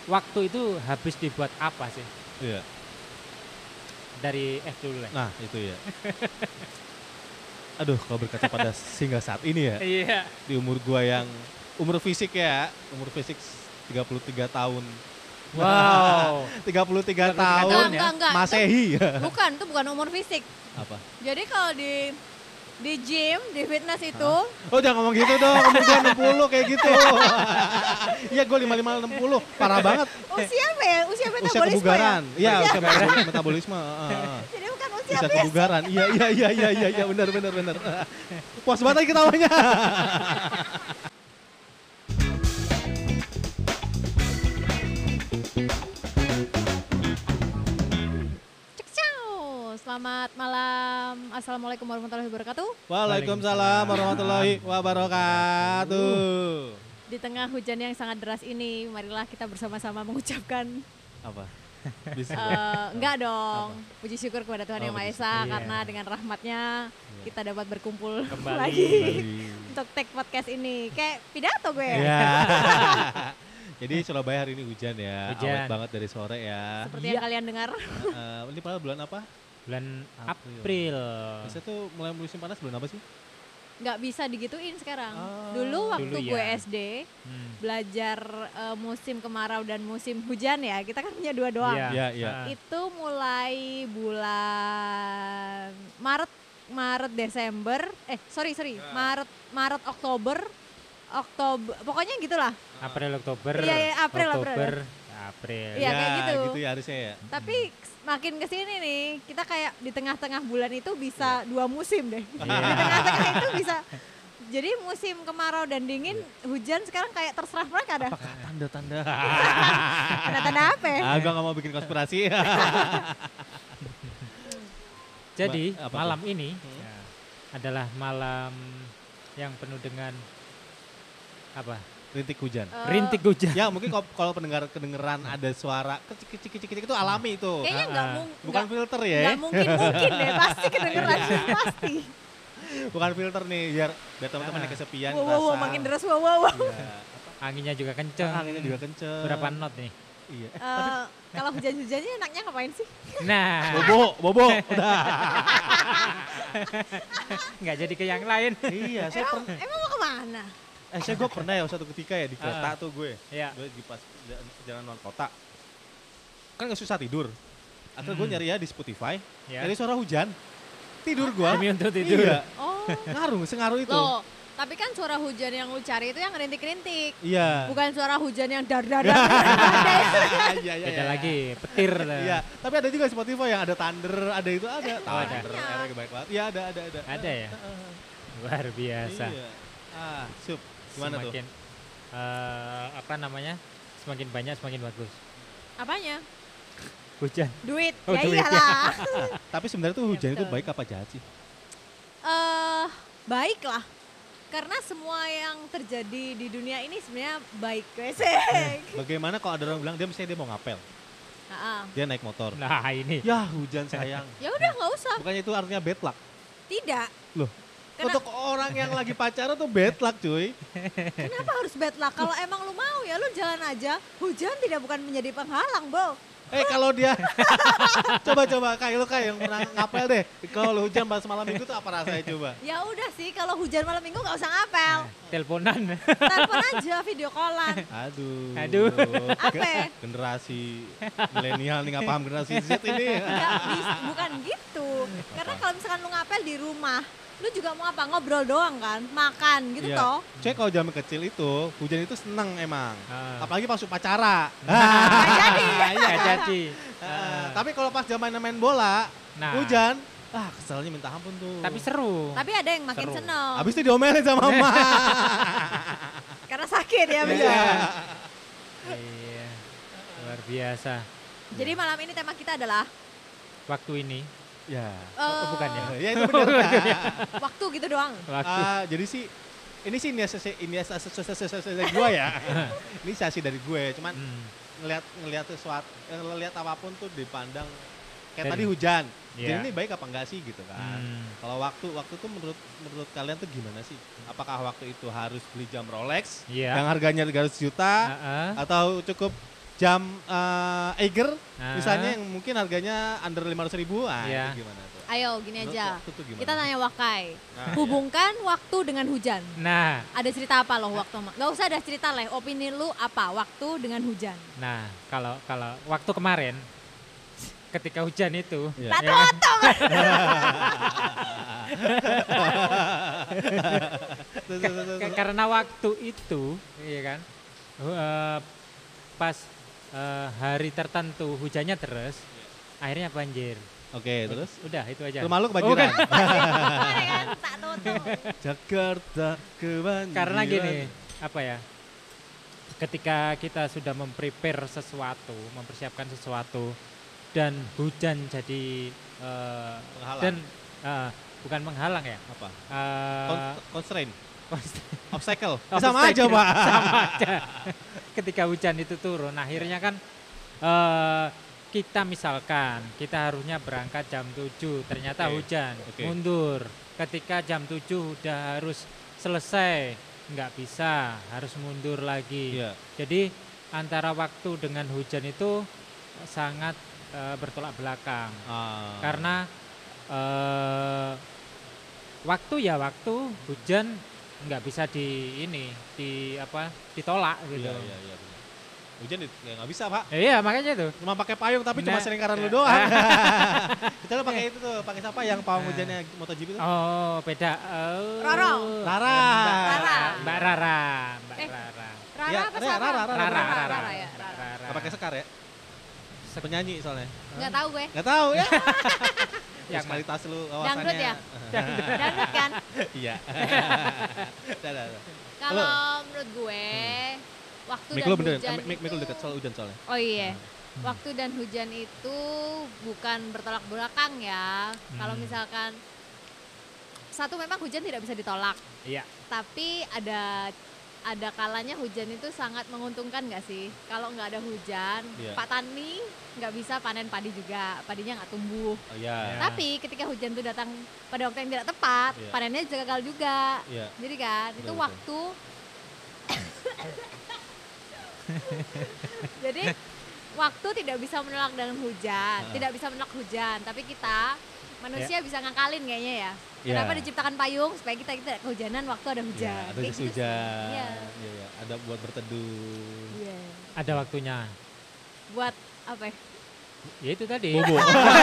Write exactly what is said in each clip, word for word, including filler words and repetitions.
waktu itu habis dibuat apa sih? Iya. Dari F dulu lah. Nah itu ya. Aduh kalau berkaca pada hingga saat ini ya. Iya. Di umur gua yang, umur fisik ya, umur fisik tiga puluh tiga tahun. Wow. tiga puluh tiga tiga puluh tiga tahun tahun enggak, enggak, Masehi. Bukan, itu bukan umur fisik. Apa? Jadi kalau di di gym, di fitness itu, Oh jangan ngomong gitu dong, umur gua enam puluh kayak gitu. Iya gua lima puluh lima enam puluh, parah banget. usia apa ya? Usia Usia metabolisme ya? kebugaran. Iya, Usia- usia metabol- metabolisme. uh, uh. Jadi bukan usia Usia fisik. kebugaran. Iya iya iya iya iya iya benar benar benar. Puas banget lagi ketawanya. Cek ciao. Selamat malam. Assalamualaikum warahmatullahi wabarakatuh. Waalaikumsalam warahmatullahi wabarakatuh. Di tengah hujan yang sangat deras ini, marilah kita bersama-sama mengucapkan Apa? Bisa. eh, enggak dong. Puji syukur kepada Tuhan Oh, Yang Maha puji Esa syukur. karena Iya. dengan rahmatnya kita dapat berkumpul Kembali. lagi Kembali. untuk take podcast ini. Kayak pidato gue. Ya. Jadi Surabaya hari ini hujan ya, Hujan. awet banget dari sore ya. Seperti Iya. yang kalian dengar. Eh, ini padahal bulan apa? Bulan April. April. Biasanya tuh mulai musim panas bulan apa sih? Nggak bisa digituin sekarang. Oh. Dulu waktu Dulu gue ya. S D Hmm. belajar eh, musim kemarau dan musim hujan ya. Kita kan punya dua doang. Iya. Iya, iya. Ah. Itu mulai bulan Maret, Maret Desember, eh sorry sorry, Maret, Maret Oktober, Oktober, pokoknya gitulah. April Oktober. Iya, iya, April, April. Oktober, April. Iya, kayak gitu. gitu ya harusnya ya. Tapi makin kesini nih, kita kayak di tengah-tengah bulan itu bisa dua musim deh. Iya. Di tengah-tengah itu bisa. Jadi musim kemarau dan dingin, hujan sekarang kayak terserah mereka dah. Apakah tanda-tanda? Tanda-tanda apa ya? Ah, gua nggak mau bikin konspirasi. Jadi Ma- apa malam tuh? ini Hmm. ya, adalah malam yang penuh dengan apa? Rintik hujan. Eh, Rintik hujan. Ya mungkin kalau, kalau pendengar kedengeran ada suara kecik kecik kecik kecik itu alami itu. Kayaknya nggak Ah, ah. mung, Bukan nggak- filter ya. nggak mungkin mungkin deh, pasti kedengeran pasti. Bukan filter nih biar biar teman-teman yang Ah. kesepian Wow, wow, wow, ngerasa. makin deras, wow, wow, wow. Iya. Anginnya juga kenceng. Anginnya juga kenceng. Berapa knot nih? Iya. Eh, kalau hujan-hujannya enaknya ngapain sih? Nah, Bobo, bobo, udah. nggak jadi ke yang lain. Iya, saya Emang, pernah. emang mau kemana? Eh, saya gue pernah ya suatu ketika ya di kereta Ah. tuh gue. Iya. Gue di pas jalan, jalan luar kota. Kan gak susah tidur. Atau gue Hmm. nyari ya di Spotify, Ya. nyari suara hujan. Tidur gue. Demi untuk tidur. Iya. Oh, Ngaruh, sengaruh itu. loh. Tapi kan suara hujan yang lu cari itu yang rintik-rintik. Iya. Bukan suara hujan yang dar-dar. dar. Iya, iya, Beda iya. lagi, petir. lah. Iya, tapi ada juga Spotify yang ada thunder, ada itu ada. Oh, ada. Thunder, R baik banget. Iya, ada, ada, ada. Ada ya? Heeh. Luar biasa. Iya. Ah, sup. Gimana tuh? Semakin eh, apa namanya? Semakin banyak semakin bagus. Apanya? Hujan. Duit. Oh, ya duit, ya. iyalah. Tapi sebenarnya tuh Iya, hujan itu betul. baik apa jahat sih? Eh, baik lah. Karena semua yang terjadi di dunia ini sebenarnya baik, guys. Bagaimana kalau ada orang bilang dia misalnya dia mau ngapel, Heeh. dia naik motor. Nah, ini. Ya hujan sayang. Ya udah nggak usah. Bukannya itu artinya bad luck? Tidak. Loh, Karena- untuk orang yang lagi pacaran tuh bad luck cuy. Kenapa harus bad luck? Kalau emang lu mau ya lu jalan aja. Hujan tidak bukan menjadi penghalang, Bo. Eh kalau dia, coba-coba kayak lu kayak yang pernah ngapel deh. Kalau hujan pas malam minggu tuh apa rasanya coba? Ya udah sih, kalau hujan malam minggu nggak usah ngapel. Teleponan. Telepon aja, video callan. Aduh. Aduh. Apa? Generasi milenial nih nggak paham generasi Z ini. Nggak bis- bukan gitu. Karena kalau misalkan lu ngapel di rumah, lu juga mau apa? Ngobrol doang kan, makan gitu Iya. toh. Cuy kalau zaman kecil itu hujan itu seneng emang. Ah. Apalagi pas upacara. Nggak jadi. Iya Nggak kan? jadi. Ah, tapi kalau pas zaman main bola, Nah, hujan, ah keselnya minta ampun tuh. tapi seru. Tapi ada yang makin Seru. seneng. Habis itu diomelin sama mama. Karena sakit ya bisa. Iya. Iya. Luar biasa. Jadi malam ini tema kita adalah Waktu ini. Ya. eh, Oh, bukan ya? Ya itu benar. waktu gitu doang. Waktu. Ah, jadi sih ini sih inisiasi inisiasi dari gue ya. Inisiasi dari gue, cuman Hmm. ngelihat ngelihat sesuatu, eh, ngelihat apapun tuh dipandang kayak Dari- tadi hujan. Iya. Jadi ini baik apa enggak sih gitu kan? Hmm. Kalau waktu waktu tuh menurut menurut kalian tuh gimana sih? Apakah waktu itu harus beli jam Rolex Iya. yang harganya tiga ratus juta Heeh. atau cukup jam eh, Eiger Ah. misalnya yang mungkin harganya under lima ratus ribu, ah Iya. itu gimana tuh? Ayo gini Menurut aja. waktu tuh gimana? Kita tanya Wakai. Nah, Hubungkan waktu dengan hujan. Nah, Ada cerita apa loh waktu? Gak usah ada cerita lah. Opini lu apa waktu dengan hujan? nah kalau kalau waktu kemarin ketika hujan itu, Iya. Tak ya kan? potong. Tuh, tuh, tuh, tuh, Ka- tuh. karena waktu itu, iya kan, eh, pas eh, hari tertentu hujannya terus, akhirnya banjir. Oke, terus Udah itu aja. rumah lu Oh, kebanjiran. Gimana kan? Tak tutup. Jakarta kebanjiran. Karena gini, apa ya? Ketika kita sudah memprepare sesuatu, mempersiapkan sesuatu, dan hujan jadi eh, Penghalang. dan eh, bukan menghalang ya, apa? eh, Con- constraint, konst- obstacle. Oh, Sama aja, obstacle. Pak. Sama aja. Ketika hujan itu turun, akhirnya kan eh, kita misalkan kita harusnya berangkat jam tujuh, ternyata Oke, hujan, oke. mundur. Ketika jam tujuh udah harus selesai, nggak bisa, harus mundur lagi. Iya. Jadi antara waktu dengan hujan itu sangat eh, bertolak belakang. Ah. Karena eh, waktu ya waktu, hujan nggak bisa di ini di apa ditolak gitu. Iya, iya, iya. benar. Hujan di- ya nggak bisa, Pak. Ya, iya makanya itu. Cuma pakai payung tapi cuma Nah, selingkaran lu ya. doang. Kita lu pakai itu tuh, pakai siapa yang pawang Nah. hujannya MotoGP itu? Oh beda. Oh. Roro. Lara. Mbak Rara. Mbak Rara. Mbak Eh. Rara. Rara Ya, apa Rara, sama? Rara, Rara, Rara. Rara, Rara. ya. Mbak Rara. Rara. Nggak pakai sekar ya? Penyanyi soalnya. Nggak tahu gue. Nggak tahu ya. Yang Sekali tas lu wawasannya. Dangdut ya? Dangdut kan? Iya. Dah, dah, dah. Kalau menurut gue, waktu Mik dan lu beneran, hujan eh, mik, mik lu itu- dekat soal hujan soalnya. Oh iya, waktu dan hujan itu bukan bertolak belakang ya. Kalau Hmm. misalkan satu memang hujan tidak bisa ditolak, Iya. tapi ada ada kalanya hujan itu sangat menguntungkan nggak sih? Kalau nggak ada hujan, Iya. Pak Tani nggak bisa panen padi juga, padinya nggak tumbuh. Oh iya. Ya. Tapi ketika hujan itu datang pada waktu yang tidak tepat, Iya. panennya juga gagal juga. Iya. Jadi kan Betul, itu betul. waktu Jadi waktu tidak bisa menolak dengan hujan, Ah. tidak bisa menolak hujan, tapi kita manusia bisa ngakalin kayaknya ya. Iya. Kenapa diciptakan payung supaya kita tidak kehujanan waktu ada hujan. Iya, ada Kayak jas gitu sih. hujan. Iya. Iya, iya. Ada buat berteduh. Iya. Ada waktunya. Buat apa ya? Ya itu tadi. Bobo.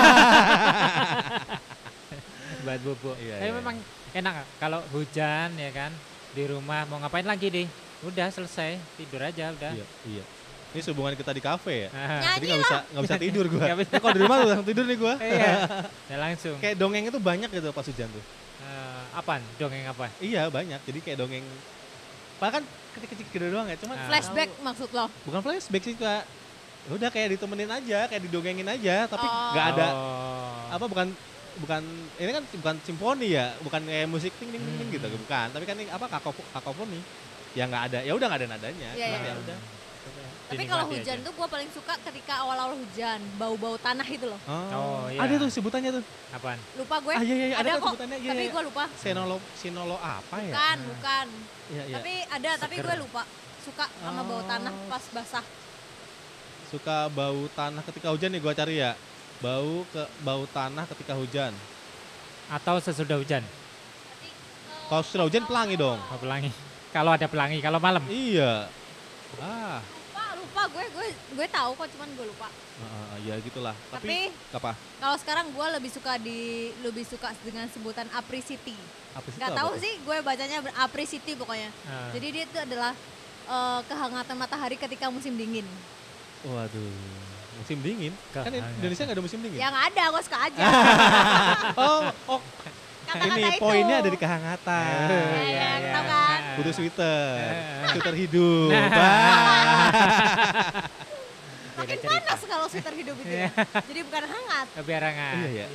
Buat bubuk. Iya, Tapi iya. memang enak kalau hujan ya kan di rumah mau ngapain lagi deh. Udah selesai, tidur aja udah. Iya, iya. Ini hubungan kita di kafe ya. Ah, Jadi nggak bisa nggak bisa tidur gua. Nggak bisa. Nah, kalau di rumah tuh langsung tidur nih gua. Iya. Ya langsung. Kayak dongeng itu banyak gitu pas hujan tuh. Eh, apaan? Dongeng apa? Iya banyak. Jadi kayak dongeng. Padahal kan kecil-kecil gitu doang ya. Cuman Ah. Flashback maksud lo? bukan flashback sih kak. Ya udah kayak ditemenin aja, kayak didongengin aja. Tapi Oh. nggak ada Oh. apa bukan bukan ini kan bukan simfoni ya, bukan kayak musik ting ting ting ting Hmm. gitu, bukan. Tapi kan ini apa kakofo- kakofoni. Ya nggak ada, ya udah nggak ada nadanya. Iya, Cuman iya. ya udah. Tapi kalau Dinikmati hujan aja. tuh gue paling suka ketika awal-awal hujan, bau-bau tanah itu loh. Oh, iya. Ada tuh sebutannya tuh. Apaan? Lupa gue. Ah iya iya, iya, ada, ada kan kok, sebutannya. Iya, tapi iya. gue lupa. Sinolo sinolo apa ya? Bukan, bukan. Iya iya. Tapi ada, tapi Seger. gue lupa. Suka sama bau Oh. tanah pas basah. Suka bau tanah ketika hujan nih gua cari ya. Bau ke bau tanah ketika hujan. Atau sesudah hujan? Kalau sudah hujan pelangi dong. Oh, pelangi. Kalau ada pelangi, kalau malam. Iya. Ah, Lupa, lupa gue, gue, gue tahu kok, cuman gue lupa. ah, ah, ya gitulah. Tapi, Tapi apa? kalau sekarang gue lebih suka di, lebih suka dengan sebutan Apricity. Apa sih? Gak itu tahu apa tuh? sih, gue bacanya ber- Apricity pokoknya. Ah. Jadi dia itu adalah eh, kehangatan matahari ketika musim dingin. Waduh. Musim dingin? Kan Kehangatan. Indonesia nggak ada musim dingin. Yang ada, gue suka aja. Oh, oh Kata-kata ini itu. poinnya ada di kehangatan. Eh, iya, iya, iya. iya. Tahu kan? Butuh sweater. Eh. Sweater hidup. Nah. Bah. Makin Beda cerita. panas kalau sweater hidup itu ya. Jadi bukan hangat. Biar hangat. Iya ya.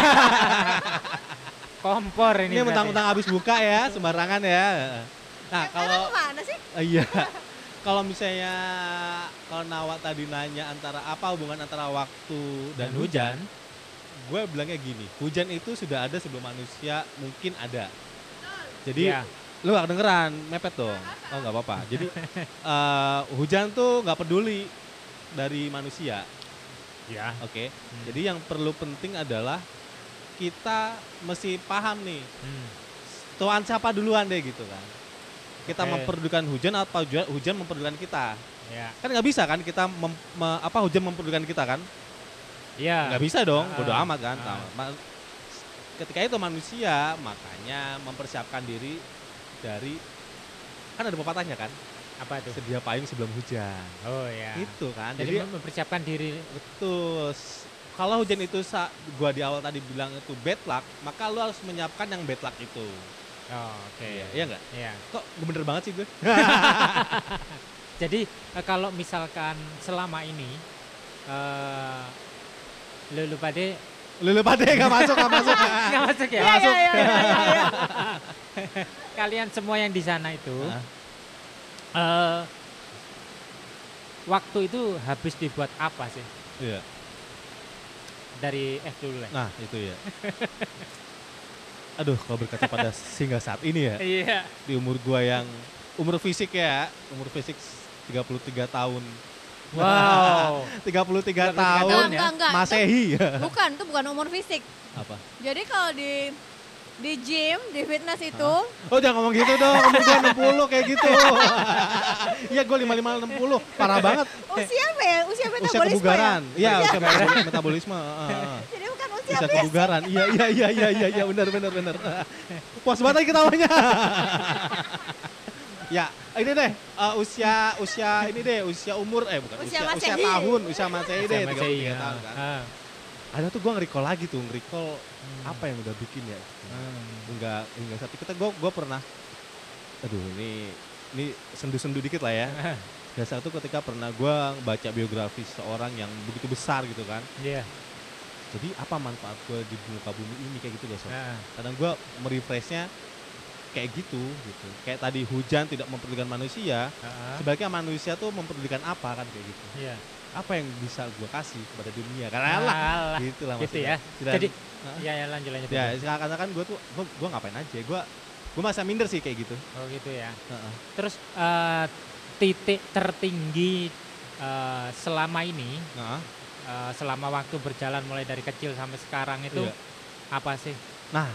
Kompor ini. Ini berarti. mentang-mentang habis buka ya, sembarangan ya. Nah, Em- kalau Emang mana sih? Ah, iya. Kalau misalnya kalau Nawa tadi nanya antara apa hubungan antara waktu dan, Dan hujan, hujan. gue bilangnya gini, hujan itu sudah ada sebelum manusia mungkin ada. Jadi Iya. lu gak kedengeran, mepet dong. Oh nggak apa-apa. Jadi eh, hujan tuh nggak peduli dari manusia. Ya. Oke. Hmm. Jadi yang perlu penting adalah kita mesti paham nih. Hmm. Tuhan siapa duluan deh gitu kan. Kita Oke. memperdulikan hujan atau ju- hujan memperdulikan kita. Ya. Kan nggak bisa kan kita mem- me- apa hujan memperdulikan kita kan? Ya. Nggak bisa dong, Ah, bodo amat kan. ah. Nah, ma- ketika itu manusia makanya mempersiapkan diri dari kan ada pepatahnya kan, Apa itu? sedia payung sebelum hujan. Oh ya. Itu kan. Jadi, Jadi, mempersiapkan diri. betul. S- Kalau hujan itu sa- gua di awal tadi bilang itu bad luck, maka lu harus menyiapkan yang bad luck itu. Oh, oke. Iya, iya nggak? Iya. Kok bener banget sih gue? Jadi eh, kalau misalkan selama ini eh lu lu pada Lulu pade gak masuk, gak masuk. nggak masuk ya? Iya, iya, iya, iya, iya. Kalian semua yang di sana itu Hah? eh waktu itu habis dibuat apa sih? Iya. Dari F dulu lah. Nah itu ya. Aduh kalau berkaca pada hingga saat ini ya. Iya. Di umur gua yang, umur fisik ya. Umur fisik tiga puluh tiga tahun. Wow. tiga puluh tiga tiga puluh tiga tahun tahun Enggak, enggak, enggak. Itu Masehi. bukan, itu bukan umur fisik. Apa? Jadi kalau di di gym, di fitness itu, Oh jangan ngomong gitu dong, umur gua enam puluh kayak gitu. Iya gua lima puluh lima enam puluh, parah banget. usia apa ya? Usia Usia metabolisme ya? kebugaran. Iya usia metabol- metabolisme. heeh, heeh. Jadi bukan usia Usia fisik. kebugaran. Iya iya iya iya iya iya benar benar benar. Puas banget lagi ketawanya. Ya, ini deh uh, usia usia ini deh usia umur eh bukan Usia usia usia, Masehi. tahun usia Masehi deh Sama tiga puluh tiga saya, tahun kan. ah. Ada tuh gua nge-recall lagi tuh, nge-recall Hmm. apa yang udah bikin ya. Hmm. Hingga hingga saat kita gua gua pernah aduh ini ini sendu-sendu dikit lah ya. Dan saat itu ketika pernah gua baca biografi seorang yang begitu besar gitu kan. Iya. Jadi apa manfaat gua di muka bumi ini kayak gitu loh sob. Ah. Kadang gua merefreshnya kayak gitu gitu. Kayak tadi hujan tidak memperdulikan manusia, Ah. sebaliknya manusia tuh memperdulikan apa kan kayak gitu. Iya. Apa yang bisa gua kasih kepada dunia? Karena lah Alah. gitu lah Gitu maksudnya. ya. Tidak- Jadi Hah? ya ya lanjut lanjut. ya lanjut. karena kan gua tuh gua, gua ngapain aja? Gua gua masa minder sih kayak gitu. Oh gitu ya. Heeh. Terus eh, titik tertinggi eh, selama ini, Nah, eh, selama waktu berjalan mulai dari kecil sampai sekarang itu Iya. apa sih? nah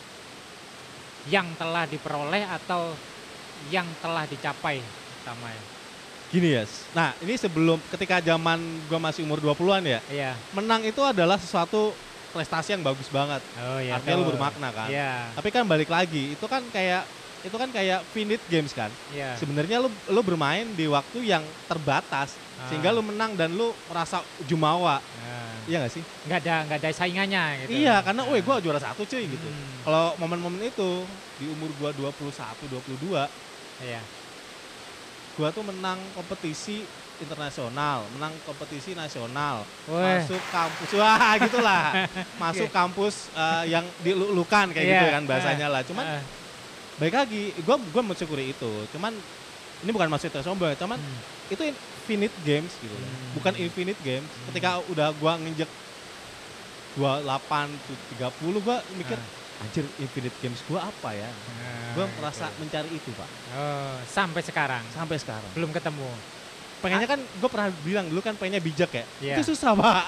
Yang telah diperoleh atau yang telah dicapai utamanya? gini ya. Nah, ini sebelum ketika zaman gua masih umur dua puluhan ya, Iya. menang itu adalah sesuatu prestasi yang bagus banget. Oh iya. Artinya lu betul. bermakna kan. Iya. Tapi kan balik lagi, itu kan kayak itu kan kayak finite games kan. Iya. Sebenarnya lu lu bermain di waktu yang terbatas Ah. sehingga lu menang dan lu merasa jumawa. Nah, Iya gak sih? nggak ada nggak ada saingannya gitu. Iya, karena Nah. weh gua juara satu cuy gitu. Hmm. Kalau momen-momen itu di umur gua dua puluh satu, dua puluh dua, Iya. gua tuh menang kompetisi internasional, menang kompetisi nasional, Weh. masuk kampus, wah gitulah, masuk kampus eh, yang dilulukan kayak gitu Iya. kan bahasanya lah. Cuman Ah. baik lagi, gue gua mensyukuri itu. Cuman ini bukan maksudnya sombong, cuman Hmm. itu infinite games gitu, loh. Hmm. Bukan infinite games. Ketika udah gua nginjek dua puluh delapan tuh tiga puluh, gua mikir Ah. anjir infinite games gua apa ya? Nah, Gua gitu. merasa mencari itu pak Oh, sampai sekarang sampai sekarang. belum ketemu. Pengennya kan gue pernah bilang dulu kan pengennya bijak ya. Iya. Itu susah pak.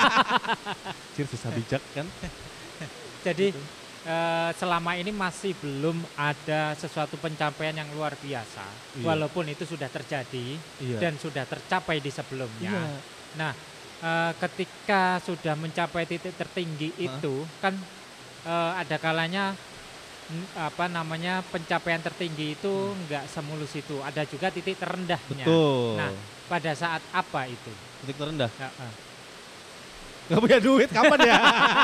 Anjir susah bijak kan. Jadi eh, selama ini masih belum ada sesuatu pencapaian yang luar biasa, Iya. walaupun itu sudah terjadi Iya. dan sudah tercapai di sebelumnya. Iya. Nah, eh, ketika sudah mencapai titik tertinggi Hah? itu, kan eh, ada kalanya n- apa namanya pencapaian tertinggi itu nggak semulus itu, ada juga titik terendahnya. Betul. Nah, pada saat apa itu? Titik terendah. Heeh. Gak punya duit kapan ya?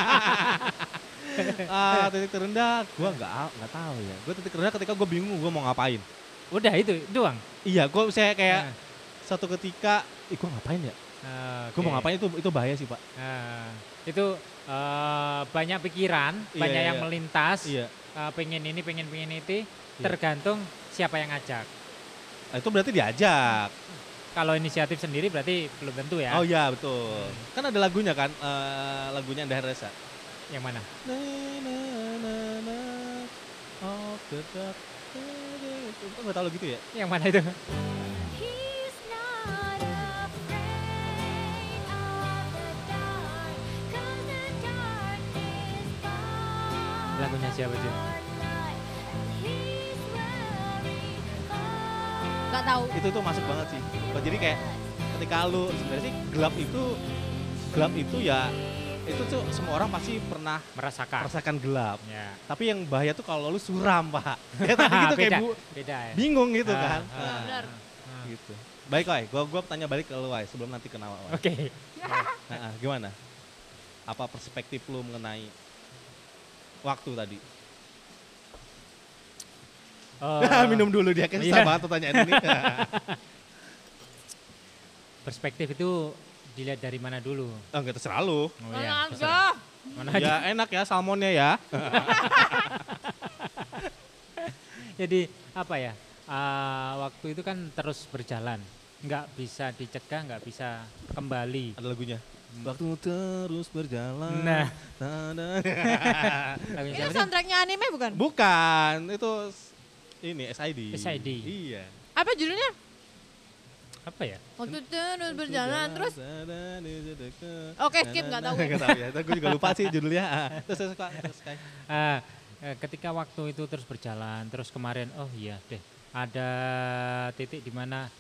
ah, titik terendah, gue nggak nggak tahu ya. Gue titik terendah ketika gue bingung gue mau ngapain. Udah itu doang. Iya, gue saya kayak Nah, satu ketika, ih gue ngapain ya? eh, Gue mau oke. ngapain itu itu bahaya sih pak. Nah, itu eh, banyak pikiran, Iya, banyak iya, yang iya. melintas, Iya. eh, pengen ini, pengen pengen itu, Iya. tergantung siapa yang ngajak. Nah, itu berarti diajak. Kalau inisiatif sendiri berarti belum tentu ya. Oh iya betul. Kan ada lagunya kan, eh, lagunya Andahar Reza. Yang mana? Na, na, na, na, of the dark. Kok nggak tahu gitu ya? Yang mana itu? He's not afraid. lagunya siapa Jun? Gak tahu. Itu tuh masuk banget sih. Jadi kayak ketika lu sebenarnya sih gelap itu gelap itu ya itu tuh semua orang pasti pernah Merasakan. merasakan gelap. Ya. Tapi yang bahaya tuh kalau lu suram, Pak. Ya tadi gitu kayak beda, bu, beda ya. bingung gitu Ah, kan. ah, Nah, Benar. ah. gitu. Baik, Wai. Gua gua tanya balik ke lu, Wai, sebelum nanti kenal Wai. Oke. Nah, gimana? Apa perspektif lu mengenai waktu tadi? Eh, Minum dulu dia kan susah iya. banget pertanyaan ini. Perspektif itu dilihat dari mana dulu? Oh, enggak terserah lu. Oh, Mana iya, aja. terserah. Mana aja. Ya enak ya salmonnya ya. Jadi apa ya? Ah, waktu itu kan terus berjalan, nggak bisa dicegah, nggak bisa kembali. Ada lagunya. Waktu terus berjalan. Nah. Tada. Lagunya Itu siapa sih? soundtracknya anime bukan? Bukan, itu s- ini S I D. S I D. Iya. Apa judulnya? Apa ya? Waktu terus berjalan terus. Oke, Oke, skip, nggak tahu. Nggak tahu ya. Gue juga lupa sih judulnya. Ah, Terus terus Kak, terus Kak. Ah, eh, ketika waktu itu terus berjalan, terus kemarin, oh iya deh, ada titik di mana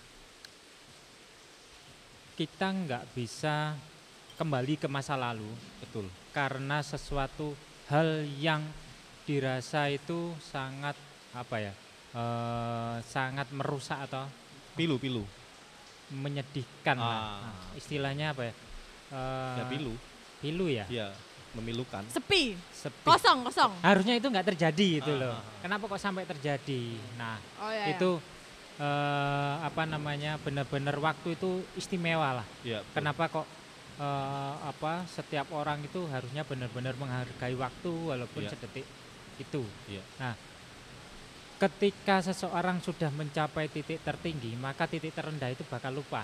kita nggak bisa kembali ke masa lalu Betul. karena sesuatu hal yang dirasa itu sangat apa ya, eh, sangat merusak atau Pilu, pilu. menyedihkan lah. Ah. Nah, istilahnya apa ya? Eh, Ya pilu. Pilu ya. Iya, memilukan. Sepi. Sepi. Kosong, kosong. Harusnya itu nggak terjadi itu Ah, loh. ah, ah. Kenapa kok sampai terjadi? Nah, Oh iya. itu eh, apa namanya, benar-benar waktu itu istimewa lah. Iya. betul. Kenapa kok eh, apa setiap orang itu harusnya benar-benar menghargai waktu walaupun Iya. sedetik itu. Iya. Nah, ketika seseorang sudah mencapai titik tertinggi, maka titik terendah itu bakal lupa,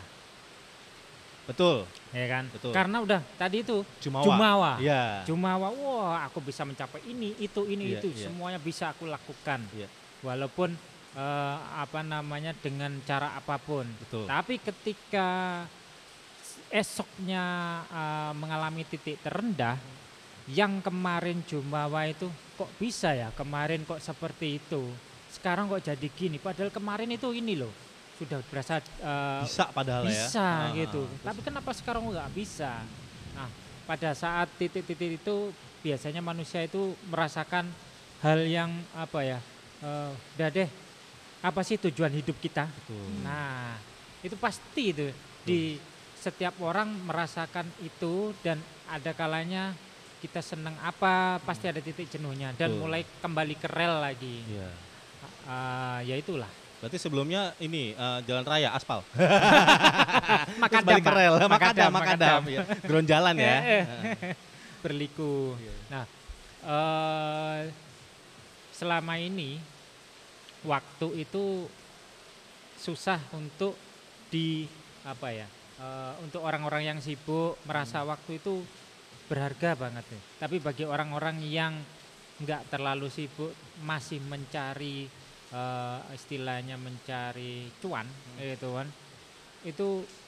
Betul. ya kan? Betul. Karena udah tadi itu Jumawa. jumawa. Iya. Jumawa, wah aku bisa mencapai ini, itu, ini, Iya, itu, iya. semuanya bisa aku lakukan. Iya. Walaupun eh, apa namanya dengan cara apapun. Betul. Tapi ketika esoknya eh, mengalami titik terendah, yang kemarin Jumawa itu kok bisa ya, kemarin kok seperti itu, sekarang kok jadi gini. Padahal kemarin itu ini loh, sudah berasa eh, Bisa padahal ya. bisa Ah, gitu. terus- Tapi kenapa sekarang nggak bisa? Nah, pada saat titik-titik itu biasanya manusia itu merasakan hal yang apa ya? eh, udah deh, apa sih tujuan hidup kita? Betul. Nah, itu pasti itu di setiap orang merasakan itu, dan ada kalanya kita senang apa, pasti ada titik jenuhnya dan Betul. mulai kembali ke rel lagi. Iya. Ah, ya itulah. Berarti sebelumnya ini eh, jalan raya aspal. Makadam, Terus balik ke Pak. rel. Makadam, Makadam, makadam. makadam. Ya. Ground jalan ya. Eh, Berliku. Iya. Nah, eh, selama ini waktu itu susah untuk di apa ya? eh, untuk orang-orang yang sibuk merasa waktu itu berharga banget nih. Tapi bagi orang-orang yang nggak terlalu sibuk, masih mencari eh, istilahnya mencari cuan, itu kan, itu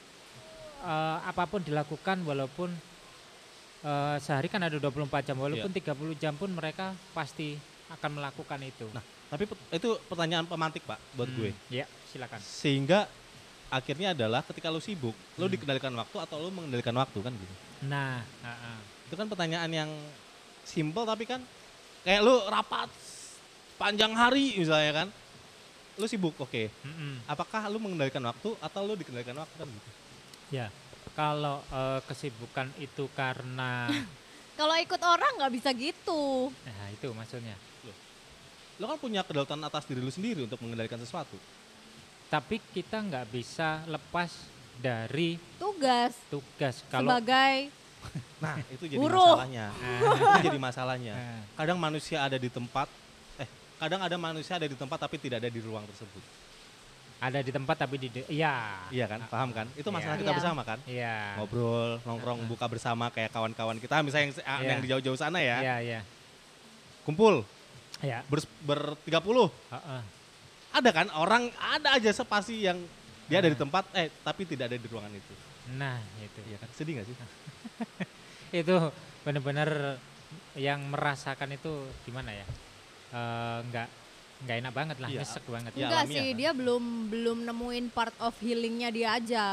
eh, apapun dilakukan walaupun eh, sehari kan ada dua puluh empat jam, walaupun tiga puluh jam pun mereka pasti akan melakukan itu. Nah, tapi pet- itu pertanyaan pemantik, Pak, buat Hmm, gue. Ya, silakan. Sehingga akhirnya adalah ketika lu sibuk, lu Hmm. dikendalikan waktu atau lu mengendalikan waktu kan gitu. Nah, ah, ah. Itu kan pertanyaan yang simpel tapi kan kayak lu rapat panjang hari misalnya kan. Lu sibuk, oke. Mm-mm. Apakah lu mengendalikan waktu atau lu dikendalikan waktu kan gitu? Ya, kalau eh, kesibukan itu karena, Kalau ikut orang nggak bisa gitu. nah itu maksudnya. Lu kan punya kedaulatan atas diri lu sendiri untuk mengendalikan sesuatu. Tapi kita nggak bisa lepas dari Tugas tugas. Kalau sebagai Nah, itu jadi Buruh. masalahnya. Ah, Itu jadi masalahnya. ah, Kadang manusia ada di tempat, eh kadang ada manusia ada di tempat tapi tidak ada di ruang tersebut. ada di tempat tapi di, de- iya, Iya kan, paham kan? Itu masalah Iya. kita Iya. bersama kan? iya, Ngobrol, nongkrong, buka bersama kayak kawan-kawan kita, misalnya yang, ah, Iya. yang di jauh-jauh sana ya, iya, iya, kumpul iya, ber, ber tiga puluh. Heeh. Ada kan orang, ada aja sepasi yang dia ada di tempat, eh tapi tidak ada di ruangan itu. Nah itu, Iya kan, sedih gak sih? itu benar-benar yang merasakan itu gimana ya? Eh, nggak nggak enak banget lah, Iya. nyesek banget. Ya, Enggak alamiah sih, kan. dia belum belum nemuin part of healingnya dia aja.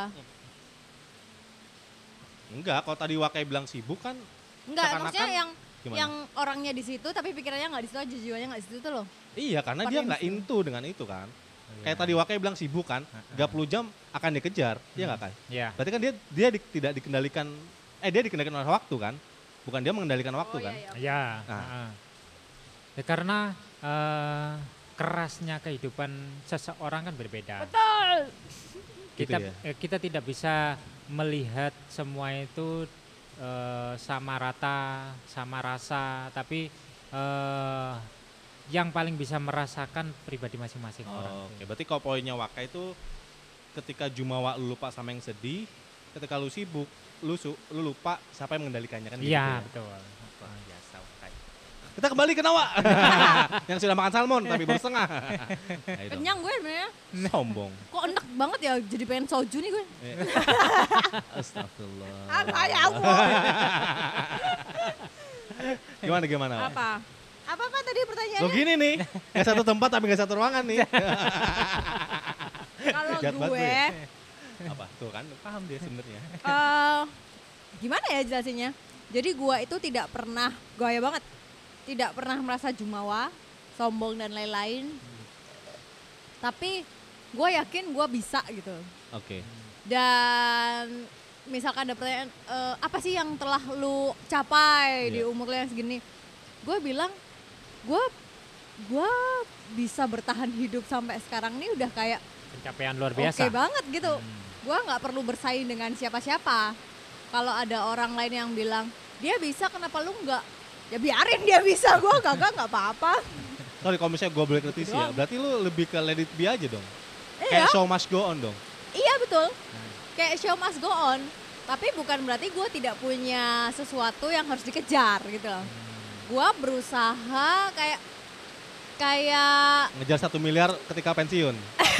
Enggak, kalau tadi Wakai bilang sibuk kan Enggak, Seakan-akan maksudnya yang gimana? yang orangnya di situ tapi pikirannya nggak di situ aja, jiwanya nggak di situ tuh loh. iya karena Part dia yang nggak sibuk. into dengan itu kan. Iya. Kayak tadi Wakai bilang sibuk kan, tiga puluh jam akan dikejar, iya nggak Kai? Ya. Berarti kan dia dia di- tidak dikendalikan, eh dia dikendalikan oleh waktu kan, bukan dia mengendalikan waktu Oh, kan. iya, iya. Ya. Nah. heeh. Ya, karena eh, kerasnya kehidupan seseorang kan berbeda. Betul. Kita Gitu ya? eh, kita tidak bisa melihat semua itu eh, sama rata, sama rasa, tapi eh, yang paling bisa merasakan pribadi masing-masing orang. Oh, Oke, berarti kalau poinnya Wakai itu ketika Jumawa lu lupa sama yang sedih, ketika lu sibuk, lu su- lu lupa siapa yang mengendalikannya kan gitu Iya, ya. betul. Wah, biasa Wakai. Kita kembali ke Nawa yang sudah makan salmon tapi baru setengah. Ayo dong. Kenyang gue sebenarnya. Sombong. Kok enak banget ya jadi pengen soju nih gue. Eh. Astagfirullah. Apa ya Allah? Gimana gimana? Wak? Apa? Apa apa tadi Lo pertanyaannya? gini nih, nggak satu tempat tapi nggak satu ruangan nih. Kalau Jahat banget gue, Apa? Tuh kan, paham dia sebenarnya. eh gimana ya jelasinnya? Jadi gue itu tidak pernah, gaya banget, tidak pernah merasa jumawa, sombong dan lain-lain. Tapi gue yakin gue bisa gitu. Oke. Dan misalkan ada pertanyaan, "Eh, apa sih yang telah lu capai di Iya. umur lu yang segini?" Gue bilang, gue gue bisa bertahan hidup sampai sekarang nih udah kayak Pencapaian luar oke biasa. banget gitu. Hmm. Gue nggak perlu bersaing dengan siapa-siapa. Kalau ada orang lain yang bilang dia bisa, kenapa lu nggak? Ya biarin dia bisa, gue kagak nggak apa-apa. Sorry kalau misalnya gue boleh kritisi ya, Doang. berarti lu lebih ke let it be aja dong. Iya, Kayak show must go on dong. iya betul. Kayak show must go on. Tapi bukan berarti gue tidak punya sesuatu yang harus dikejar gitu loh. Gue berusaha kayak kayak Ngejar satu miliar ketika pensiun.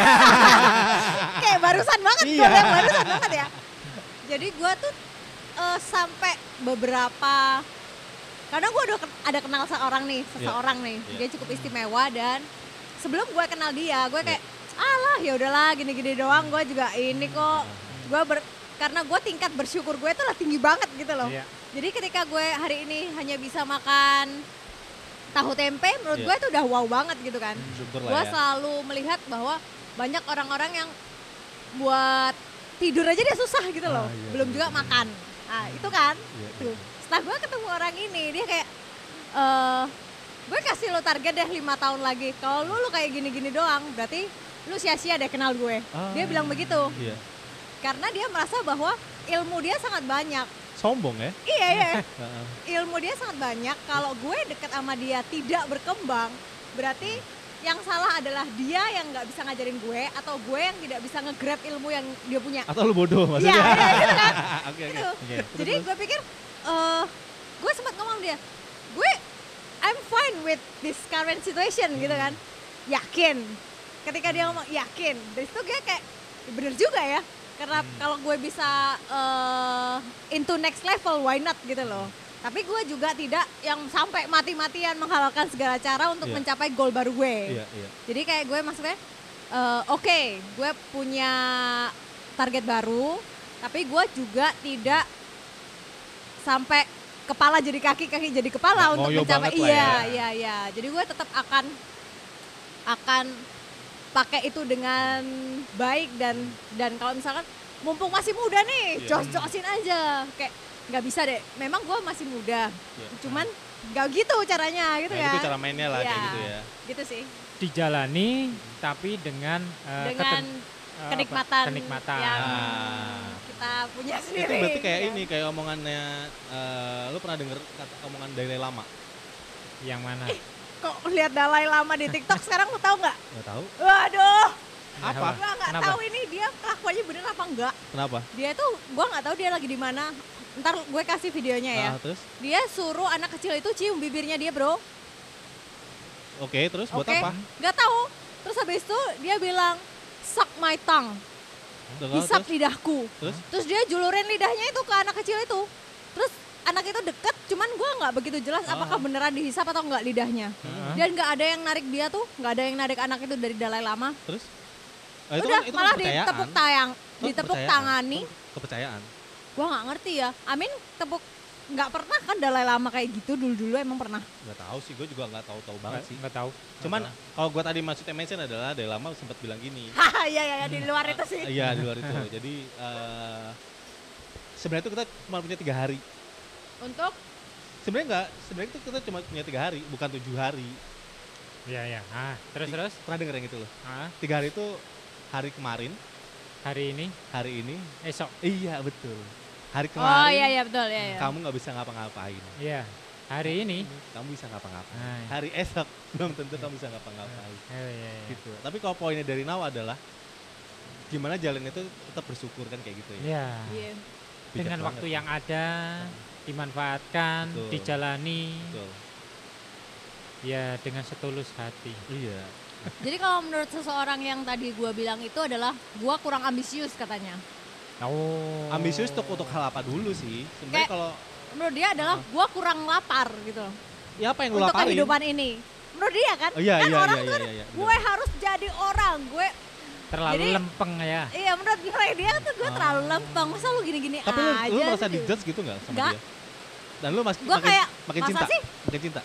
kayak barusan banget Iya. gue bilang barusan banget ya. Jadi gue tuh eh, sampai beberapa, karena gue udah ke- ada kenal seorang nih, seseorang nih, Iya. dia cukup istimewa dan sebelum gue kenal dia, gue kayak alah ya udahlah gini-gini doang, gue juga ini kok, gue ber, karena gue tingkat bersyukur gue tuh lah tinggi banget gitu loh. Iya. Jadi ketika gue hari ini hanya bisa makan tahu tempe, menurut Iya. gue itu udah wow banget gitu kan. Syukur Gue lah ya. selalu melihat bahwa banyak orang-orang yang buat tidur aja dia susah gitu loh, Ah, iya, belum iya, juga iya. makan. Nah itu kan, Iya, tuh. iya. Setelah gue ketemu orang ini, dia kayak, eh gue kasih lo target deh lima tahun lagi. Kalau lu, lu kayak gini-gini doang, berarti lu sia-sia deh kenal gue. Dia Ah. bilang begitu, Iya. karena dia merasa bahwa ilmu dia sangat banyak. Sombong ya. Iya, iya. Heeh. Ilmu dia sangat banyak. Kalau gue deket sama dia tidak berkembang, berarti yang salah adalah dia yang nggak bisa ngajarin gue, atau gue yang tidak bisa nge-grab ilmu yang dia punya. Atau lu bodoh Iya, maksudnya. iya, gitu kan. Oke oke. Gitu. Oke. Terus, Jadi terus. gue pikir, eh gue sempat ngomong sama dia, gue I'm fine with this current situation gitu kan. Yakin. Ketika dia ngomong yakin, dari situ gue kayak "Ya bener juga ya. Karena kalau gue bisa eh, into next level, why not gitu loh. Tapi gue juga tidak yang sampai mati-matian menghalalkan segala cara untuk Iya. mencapai goal baru gue. Iya iya. Jadi kayak gue maksudnya, eh, oke, gue punya target baru, tapi gue juga tidak sampai kepala jadi kaki, kaki jadi kepala Nggak untuk ngoyo mencapai. banget lah Iya, ya. iya, iya. Jadi gue tetap akan akan pakai itu dengan baik dan dan kalau misalkan mumpung masih muda nih, Iya. jos-josin aja. Kayak nggak bisa deh. Memang gue masih muda, Iya. cuman nggak gitu caranya gitu Nah, kan. itu cara mainnya lah kayak Iya. gitu ya. Gitu sih. Dijalani tapi dengan eh, Dengan keten- eh, apa, kenikmatan, kenikmatan. yang Ah. kita punya Itu sendiri. berarti kayak gitu ini, kayak omongannya, eh, lu pernah denger kata omongan Dalai Lama? Yang mana? Kok lihat Dalai Lama di TikTok sekarang lu tahu nggak? Nggak tahu? Waduh, Apa? gua nggak Kenapa? tahu ini dia kelakuannya bener apa enggak. Kenapa? Dia tuh gua nggak tahu dia lagi di mana. Ntar gue kasih videonya ya. Ah, terus? Dia suruh anak kecil itu cium bibirnya dia, bro. Oke, terus buat Oke, apa? nggak tahu. Terus habis itu dia bilang suck my tongue, Terus? hisap Terus? lidahku. Terus? Terus dia julurin lidahnya itu ke anak kecil itu. Terus anak itu deket, cuman gue nggak begitu jelas Ah. apakah beneran dihisap atau nggak lidahnya. Heeh. Dan nggak ada yang narik dia tuh, nggak ada yang narik anak itu dari Dalai Lama. Terus? Ah, itu Udah kan- itu malah kepercayaan. ditepuk tayang, Itu ditepuk kepercayaan. tangani. Itu kepercayaan. Gue nggak ngerti ya. Amin tepuk nggak pernah kan Dalai Lama kayak gitu dulu-dulu emang pernah. Nggak tahu sih, gue juga nggak tahu-tahu banget sih. Nggak tahu. Cuman Nggak tahu. kalau gue tadi maksudnya mention adalah dari lama sempat bilang gini. Hahaha iya iya di luar itu sih. Iya di luar itu. Jadi eh, sebenarnya itu kita cuma punya tiga hari. Untuk Sebenarnya enggak, sebenarnya itu kita cuma punya tiga hari, bukan tujuh hari. Iya iya. Ah, terus Ti- terus. Pernah denger yang itu loh? Ah, Tiga hari itu hari kemarin, hari ini, hari ini, esok. iya betul. Hari oh kemarin iya iya betul ya ya. kamu nggak bisa ngapa-ngapain. Iya. Hari ini. Kamu bisa ngapa-ngapain. Ah, iya. Hari esok belum tentu kamu bisa ngapa-ngapain. Oh, iya, iya. Gitu. Tapi kalau poinnya dari now adalah gimana jalan itu tetap bersyukur kan kayak gitu ya. Iya. Iya. Bijak Dengan banget waktu kan. yang ada, dimanfaatkan, Betul. dijalani, Betul. ya dengan setulus hati. Iya. Jadi kalau menurut seseorang yang tadi gua bilang itu adalah gua kurang ambisius katanya. Oh. Ambisius untuk untuk hal apa dulu sih? Sebenarnya Kayak- kalau Menurut dia adalah gua kurang lapar gitu loh. ya apa yang lu Untuk laparin? kehidupan ini. Menurut dia kan? Oh, iya, kan iya, orang iya, tuh iya, iya, gue harus jadi orang. Gue Terlalu Jadi- lempeng ya. iya menurut mereka dia tuh gue terlalu lempeng. Masa lu gini-gini Tapi lu, aja lu merasa sih? dijudge gitu nggak sama Nggak. dia? Dan lu mas, Gua makin, kayak, makin masa cinta? sih? Makin cinta?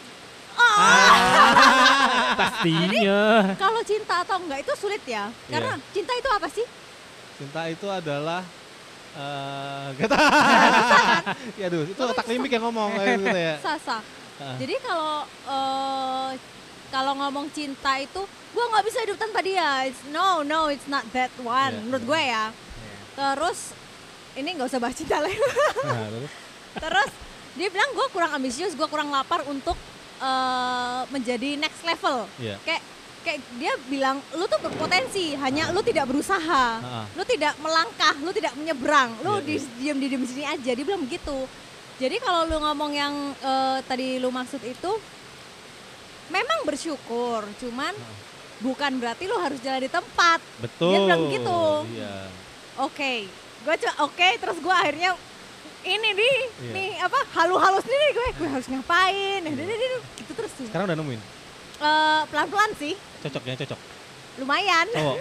Pastinya. Kalau cinta atau enggak itu sulit ya. Karena Iya. cinta itu apa sih? Cinta itu adalah eh gak tahu. Ya aduh, itu otak limbik yang ngomong kayak gitu ya. Sasa. Ah. Jadi kalau eh, kalau ngomong cinta itu gue nggak bisa hidup tanpa dia. It's, no, no, it's not that one. Iya, Menurut iya. gue ya. Terus ini nggak usah bahas cinta lagi. Nah, terus Terus dia bilang gue kurang ambisius, gue kurang lapar untuk eh, menjadi next level. Iya. Kayak kayak dia bilang lu tuh berpotensi, hanya lu tidak berusaha, Ah. lu tidak melangkah, lu tidak menyeberang, lu Iya, di iya. diam di diam sini aja. Dia bilang begitu. Jadi kalau lu ngomong yang eh, tadi lu maksud itu, memang bersyukur, cuman Ah. bukan berarti lu harus jalan di tempat. betul. Dia bilang gitu. Iya. Oke, gue coba oke, terus gue akhirnya ini nih, Iya. nih apa halu-halus nih gue, gue harus ngapain, nah, nah, nah, nah, gitu terus tuh. Sekarang udah nemuin. Eh, pelan-pelan sih, Cocok yang cocok. lumayan. Cowok.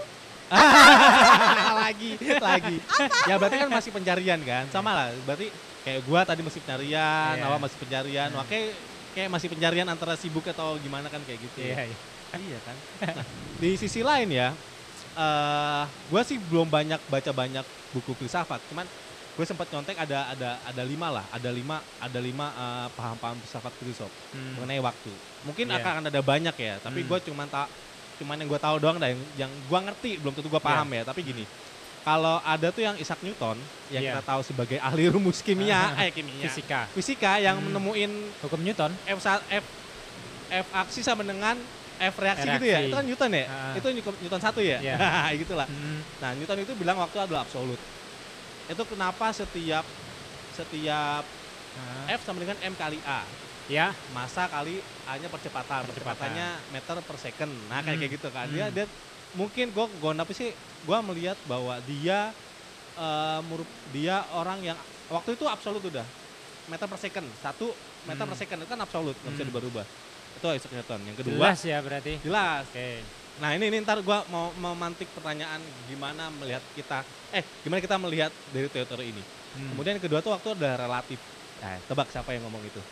lagi, lagi. Ya berarti kan masih pencarian kan? Sama lah. Berarti kayak gua tadi masih pencarian, Iya. Nawa masih pencarian. Wah, kayak, kayak masih pencarian antara sibuk atau gimana kan kayak gitu. Iya, ya. iya. Iya kan. Nah, di sisi lain ya, eh gue sih belum banyak baca banyak buku filsafat. Cuman gue sempat nyontek ada ada ada lima lah, ada lima ada lima eh, paham-paham filsafat filsuf Hmm. mengenai waktu. Mungkin Iya. akan ada banyak ya, tapi Hmm. gue cuman tak cuman yang gue tahu doang dah yang, yang gue ngerti belum tentu gue paham ya. Tapi gini, kalau ada tuh yang Isaac Newton yang Iya. kita tahu sebagai ahli rumus kimia, eh kimia, Fisika. fisika yang Hmm. menemuin Hukum Newton. F sa- F F aksi sama dengan F reaksi, gitu ya. Reaksi. Itu kan Newton ya? Ah. Itu Newton satu ya? Iya. Gitulah. Hmm. Nah, Newton itu bilang waktu adalah absolut. Itu kenapa setiap setiap Ah. F sama dengan M kali A. Ya. Masa kali A-nya percepatan. Percepatan. Percepatannya meter per second. Nah, kayak Hmm. kayak gitu kan. Dia Hmm. dia mungkin gua gua tapi sih gua melihat bahwa dia eh merup- dia orang yang waktu itu absolut udah. Meter per second. Satu meter Hmm. per second itu kan absolut, nggak bisa Hmm. dirubah. Itu Isaac Newton. Yang kedua, Jelas ya berarti. jelas. Oke. Nah ini, ini ntar gue mau memantik pertanyaan gimana melihat kita, eh gimana kita melihat dari teori ini. Hmm. Kemudian yang kedua tuh waktu ada relatif. Nah, tebak siapa yang ngomong itu?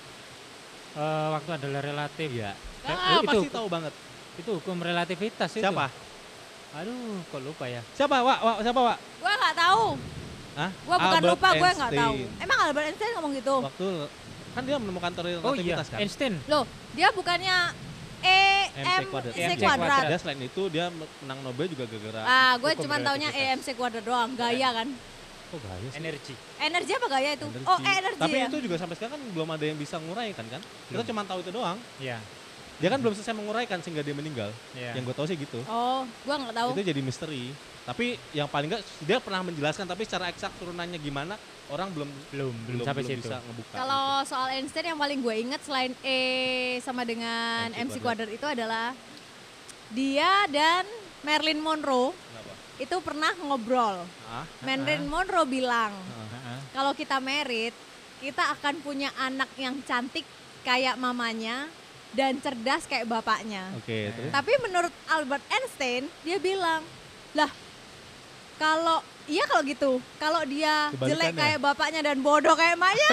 Eh, waktu adalah relatif. Iya. Ah, Ah, itu- pasti tahu banget. Itu hukum relativitas itu. Siapa? Aduh, kok lupa ya. Siapa, Wak? Wak, siapa, Wak? Gue nggak tahu, Hah? gue bukan Albert lupa, gue nggak tahu. Einstein. Emang Albert Einstein ngomong gitu? Waktu kan dia menemukan teori Oh iya, relativitas kan. Einstein. Loh, dia bukannya E M C M kuadrat. C M C kuadrat. kuadrat. Dia selain itu dia menang Nobel juga gara-gara. Ah, gue Hukum cuma taunya E relativitas. M C kuadrat doang, gaya kan. Oh gaya sih. Energi. Energi apa gaya itu? Energi. Oh, energi Tapi ya. itu juga sampai sekarang kan belum ada yang bisa nguraikan kan. Kita Belum. cuma tahu itu doang. Iya. Dia kan belum selesai menguraikan sehingga dia meninggal. Iya. Yang gue tahu sih gitu. Oh, gue nggak tahu. Itu jadi misteri. Tapi yang paling enggak dia pernah menjelaskan tapi secara eksak turunannya gimana orang belum belum belum sampai situ. bisa ngebuka. Kalau soal Einstein yang paling gue inget selain E sama dengan M M C C kuadrat itu adalah dia dan Marilyn Monroe Kenapa? itu pernah ngobrol. Ah, Marilyn Monroe bilang ah. Heeh. kalau kita merit kita akan punya anak yang cantik kayak mamanya dan cerdas kayak bapaknya. Oke, terus? Tapi menurut Albert Einstein, dia bilang, lah kalau iya kalau gitu, kalau dia jelek Kebalikannya. kayak bapaknya dan bodoh kayak emaknya,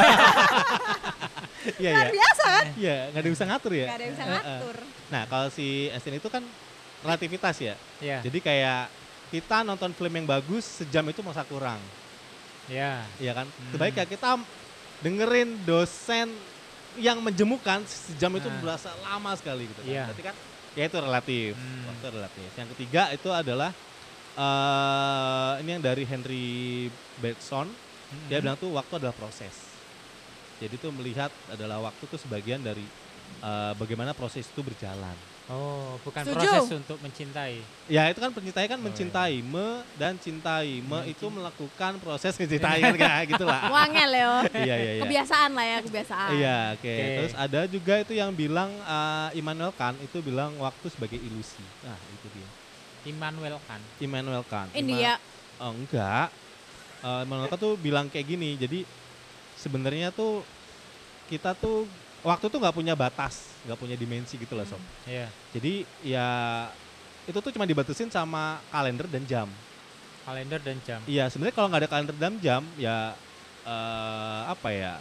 Iya, luar iya. biasa kan? Iya, nggak ada yang bisa ngatur ya. Gak ada yang bisa Heeh. ngatur. Nah, kalau si Einstein itu kan relativitas ya. Ya, Jadi kayak kita nonton film yang bagus sejam itu masa kurang, ya. iya kan? Hmm. Lebih baik ya kita dengerin dosen yang menjemukan sejam itu Nah. berasa lama sekali gitu kan. Iya. Berarti kan ya itu relatif, Hmm. waktu relatif. Yang ketiga itu adalah eh ini yang dari Henry Bergson, dia Mm-mm. bilang tuh waktu adalah proses. Jadi tuh melihat adalah waktu tuh sebagian dari eh, bagaimana proses itu berjalan. Oh, bukan Setuju. proses untuk mencintai. Ya itu kan mencintai kan Oh, mencintai, me dan cintai. Me Me itu cin- melakukan proses mencintai kan kayak gitu lah. Wangel Leo. Iya iya iya. Kebiasaan lah ya, kebiasaan. Iya oke. Oke. Terus ada juga itu yang bilang eh, Immanuel Kant itu bilang waktu sebagai ilusi. Nah itu dia. Immanuel Kant. Immanuel Kant. India. Ima- oh, enggak. Eh, Immanuel Kant tuh bilang kayak gini. Jadi sebenarnya tuh kita tuh waktu tuh nggak punya batas, nggak punya dimensi gitu lah sob. Ya, Jadi ya itu tuh cuma dibatasin sama kalender dan jam. kalender dan jam. Iya sebenarnya kalau nggak ada kalender dan jam ya eh, apa ya?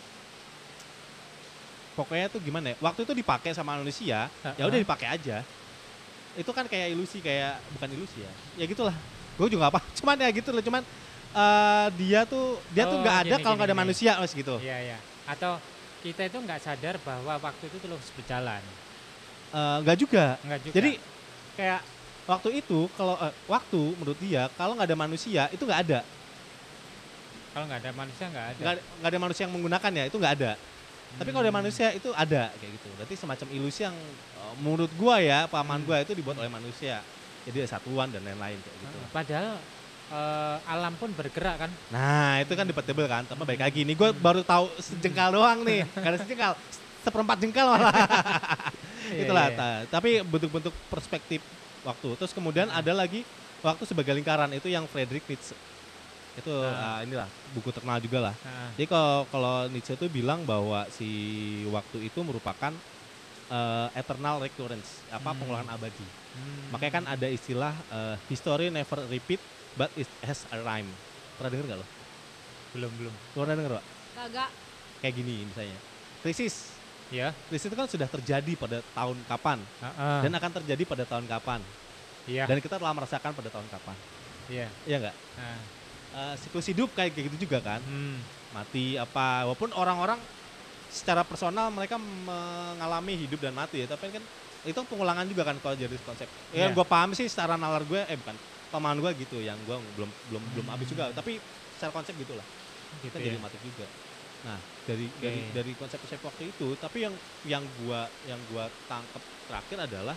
Pokoknya tuh gimana ya? Waktu itu dipakai sama manusia, ya udah Heeh. dipakai aja. Itu kan kayak ilusi, kayak bukan ilusi ya. Ya gitulah. Gue juga apa. Cuman ya gitu loh. Cuman eh, dia tuh dia tuh Oh, nggak ada gini, kalau gini, nggak ada gini. manusia mas gitu. Iya, iya. Atau kita itu nggak sadar bahwa waktu itu terus berjalan. Eh, Nggak juga. Enggak juga. Jadi kayak waktu itu kalau eh, waktu menurut dia kalau nggak ada manusia itu nggak ada. kalau nggak ada manusia nggak ada. Nggak nggak ada manusia yang menggunakan ya itu nggak ada. Tapi kalau ada Hmm. manusia itu ada kayak gitu. Berarti semacam ilusi yang eh, menurut gua ya pahaman Hmm. gua itu dibuat oleh manusia. Jadi ada satuan dan lain-lain kayak gitu. Heeh. Padahal eh, alam pun bergerak kan. Nah itu kan debatable kan. Tapi baik lagi nih gue baru tahu sejengkal doang nih. Gak ada sejengkal, seperempat jengkal malah. Iya, Itulah. iya. ta- Tapi bentuk-bentuk perspektif waktu. Terus kemudian ada lagi waktu sebagai lingkaran itu yang Friedrich Nietzsche. Itu Nah. ah, inilah buku terkenal juga lah. Heeh. Jadi kalau kalau Nietzsche itu bilang bahwa si waktu itu merupakan eh, eternal recurrence, apa Hmm. pengulangan abadi. Hmm. Makanya kan ada istilah eh, history never repeat but it has a rhyme. Pernah denger gak lo? belum belum. Lo pernah denger Pak? Kagak. Kayak gini misalnya. Krisis. Ya. Krisis itu kan sudah terjadi pada tahun kapan Heeh. dan akan terjadi pada tahun kapan. Iya. Dan kita telah merasakan pada tahun kapan. Iya. Iya nggak? Nah. Eh, siklus hidup kayak gitu juga kan. Hmm. Mati apa walaupun orang-orang secara personal mereka mengalami hidup dan mati ya, tapi kan itu pengulangan juga kan kalau jadi konsep. Iya. Yang gue paham sih secara nalar gue eh bukan pemahaman gue gitu yang gue belum belum belum habis juga, Hmm. tapi secara konsep gitulah. Gitu Kita ya. jadi mati juga. Nah, dari Oke. dari dari konsep-konsep waktu itu, tapi yang yang gua yang gua tangkap terakhir adalah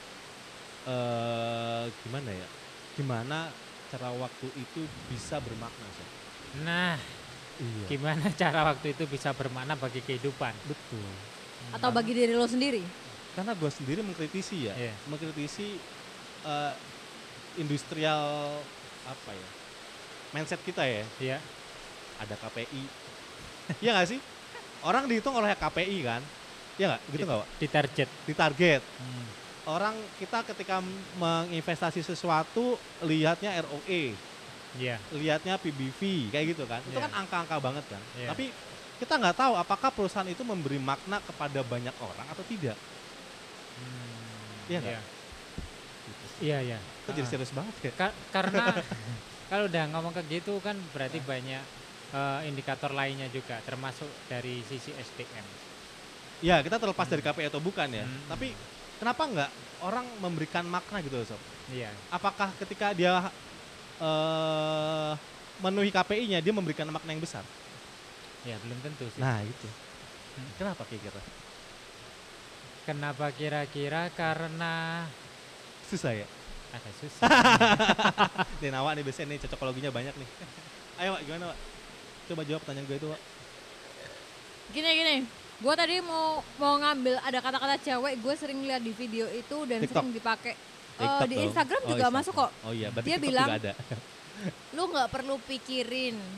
eh gimana ya? Gimana cara waktu itu bisa bermakna, Sob? Nah, Iya. gimana cara waktu itu bisa bermakna bagi kehidupan? Betul. Atau bagi diri lo sendiri. Karena gua sendiri mengkritisi ya, Iya. mengkritisi eh, industrial apa ya? Mindset kita ya. Iya. Ada K P I. Iya nggak sih? Orang dihitung oleh K P I kan? Iya nggak? Gitu nggak, Pak? Di target. Di target. Hmm. Orang kita ketika menginvestasi sesuatu lihatnya R O E, Iya. lihatnya P B V kayak gitu kan. Itu Iya. kan angka-angka banget kan. Iya. Tapi kita nggak tahu apakah perusahaan itu memberi makna kepada banyak orang atau tidak. Hmm. Iya nggak? Iya. Gitu. Iya, iya. Itu jadi Ah. serius banget ya. Ka- karena kalau udah ngomong ke gitu kan berarti banyak eh, indikator lainnya juga termasuk dari sisi S D M. Ya kita terlepas dari K P I atau bukan ya. Hmm. Tapi kenapa nggak orang memberikan makna gitu loh Sob? Iya. Apakah ketika dia eh memenuhi K P I-nya dia memberikan makna yang besar? Ya belum tentu sih. Nah itu. Hmm. Kenapa kira-kira? Kenapa kira-kira? Karena Susah ya? agak susah. Nih Nawa nih biasanya nih cocokologinya banyak nih. Ayo Wak, gimana Wak? Coba jawab pertanyaan gue itu Wak. Gini gini, gue tadi mau mau ngambil ada kata-kata cewek, gue sering lihat di video itu dan TikTok. sering dipakai. Eh, TikTok di dong. Instagram Oh, juga Instagram. masuk kok. Oh iya berarti Dia TikTok bilang, juga ada. Lu nggak perlu pikirin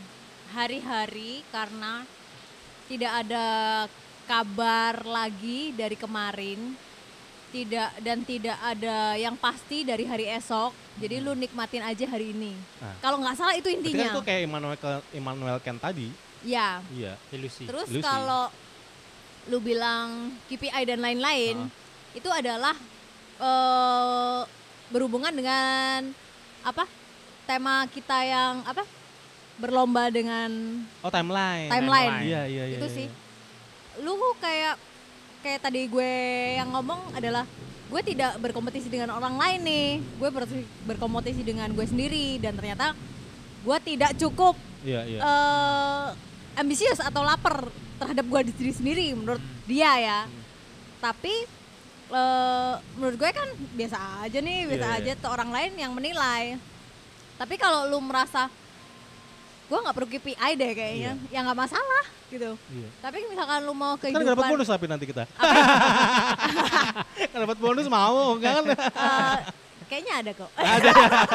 hari-hari karena tidak ada kabar lagi dari kemarin, tidak dan tidak ada yang pasti dari hari esok. Jadi lu nikmatin aja hari ini. Nah. Kalau nggak salah itu Berarti kan intinya. itu kayak Immanuel, Immanuel Kant tadi. Ya. Iya. Ilusi. Terus Ilusi. kalau lu bilang K P I dan lain-lain, Ah. itu adalah eh, berhubungan dengan apa? Tema kita yang apa? Berlomba dengan Oh timeline. timeline. Iya iya iya. Itu iya. sih. Lu kayak kayak tadi gue yang ngomong adalah gue tidak berkompetisi dengan orang lain nih, gue ber- berkompetisi dengan gue sendiri dan ternyata gue tidak cukup Iya iya. eh, ambisius atau lapar terhadap gue diri sendiri menurut dia ya. Tapi eh, menurut gue kan biasa aja nih, biasa Iya, aja iya. tuh orang lain yang menilai. Tapi kalau lu merasa gue nggak perlu K P I deh kayaknya, ya nggak masalah gitu. Iya. Tapi misalkan lu mau Kan kehidupan nggak dapat bonus tapi nanti kita. Kan dapat bonus mau enggak kan? Eh, kayaknya ada kok. Ada.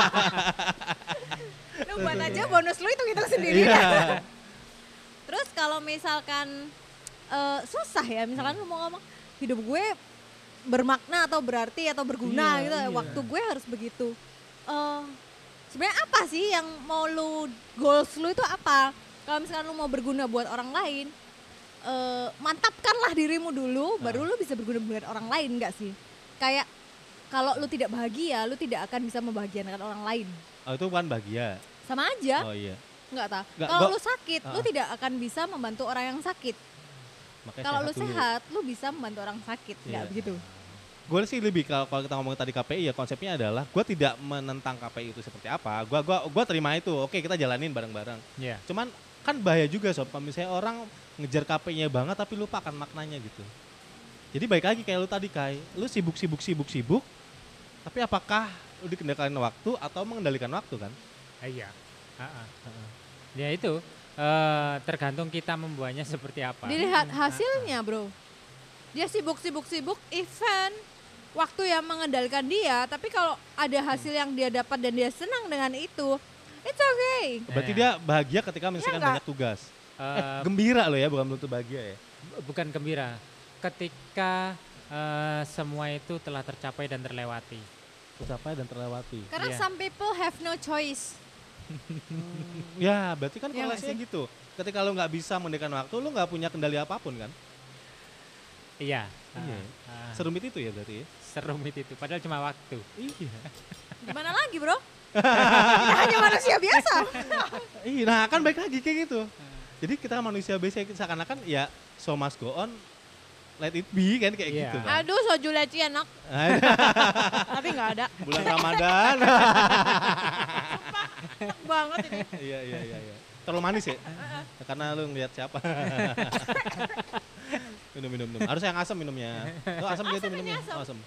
Lu buat aja bonus lu itu hitung sendiri. Iya. Terus kalau misalkan eh, susah ya, misalkan lu mau ngomong hidup gue bermakna atau berarti atau berguna Iya, gitu, iya. waktu gue harus begitu. Eh, Sebenarnya apa sih yang mau lu goals lu itu apa? Kalau misalkan lu mau berguna buat orang lain, eh, mantapkanlah dirimu dulu, baru lu bisa berguna buat orang lain, nggak sih? Kayak kalau lu tidak bahagia, lu tidak akan bisa membahagiakan orang lain. Oh itu bukan bahagia. Sama aja, Oh iya. nggak tah? Nggak, Kalau gua- lu sakit, lu Ah. tidak akan bisa membantu orang yang sakit. Makanya Kalau lu dulu. sehat, lu bisa membantu orang sakit, nggak Iya. begitu? Gue sih lebih kalau kalau kita ngomongin tadi K P I ya konsepnya adalah gue tidak menentang K P I itu seperti apa. Gue gua gua terima itu. Oke kita jalanin bareng-bareng. Iya. Cuman kan bahaya juga sob. Kalau misalnya orang ngejar K P I-nya banget tapi lupa akan maknanya gitu. Jadi baik lagi kayak lu tadi Kai. Lu sibuk sibuk sibuk sibuk. Tapi apakah lu dikendalikan waktu atau mengendalikan waktu kan? Ah, iya. Ah, ah. Ya itu eh, tergantung kita membuatnya seperti apa. Dilihat hasilnya, bro. Dia sibuk-sibuk-sibuk event, waktu yang mengendalikan dia. Tapi kalau ada hasil yang dia dapat dan dia senang dengan itu, it's okay. Berarti Iya. dia bahagia ketika menyelesaikan nggak? banyak tugas. Eh, Eh, gembira lo ya bukan tentu bahagia ya. bukan gembira. Ketika eh, semua itu telah tercapai dan terlewati. Tercapai dan terlewati. Karena Iya. some people have no choice. Ya berarti kan Iya nggak korelasinya sih? gitu. Ketika lu nggak bisa mengendalikan waktu, lu nggak punya kendali apapun kan. Iya. Iya. Ah, ah. Serumit itu ya berarti ya. Serumit itu. Padahal cuma waktu. Iya. Gimana lagi, bro? Kita hanya manusia biasa. Iya, nah kan baik lagi kayak gitu. Jadi kita manusia biasa seakan-akan ya so must go on, let it be kan kayak Iya. gitu kan. Aduh, soju leci enak. Tapi nggak ada. Bulan Ramadan. Enak banget ini. Iya iya iya iya. Terlalu manis ya? Karena lu ngeliat siapa. minum minum minum. Harus yang asam minumnya. Oh, asam gitu Asam ini minumnya. asam. Oh, asam.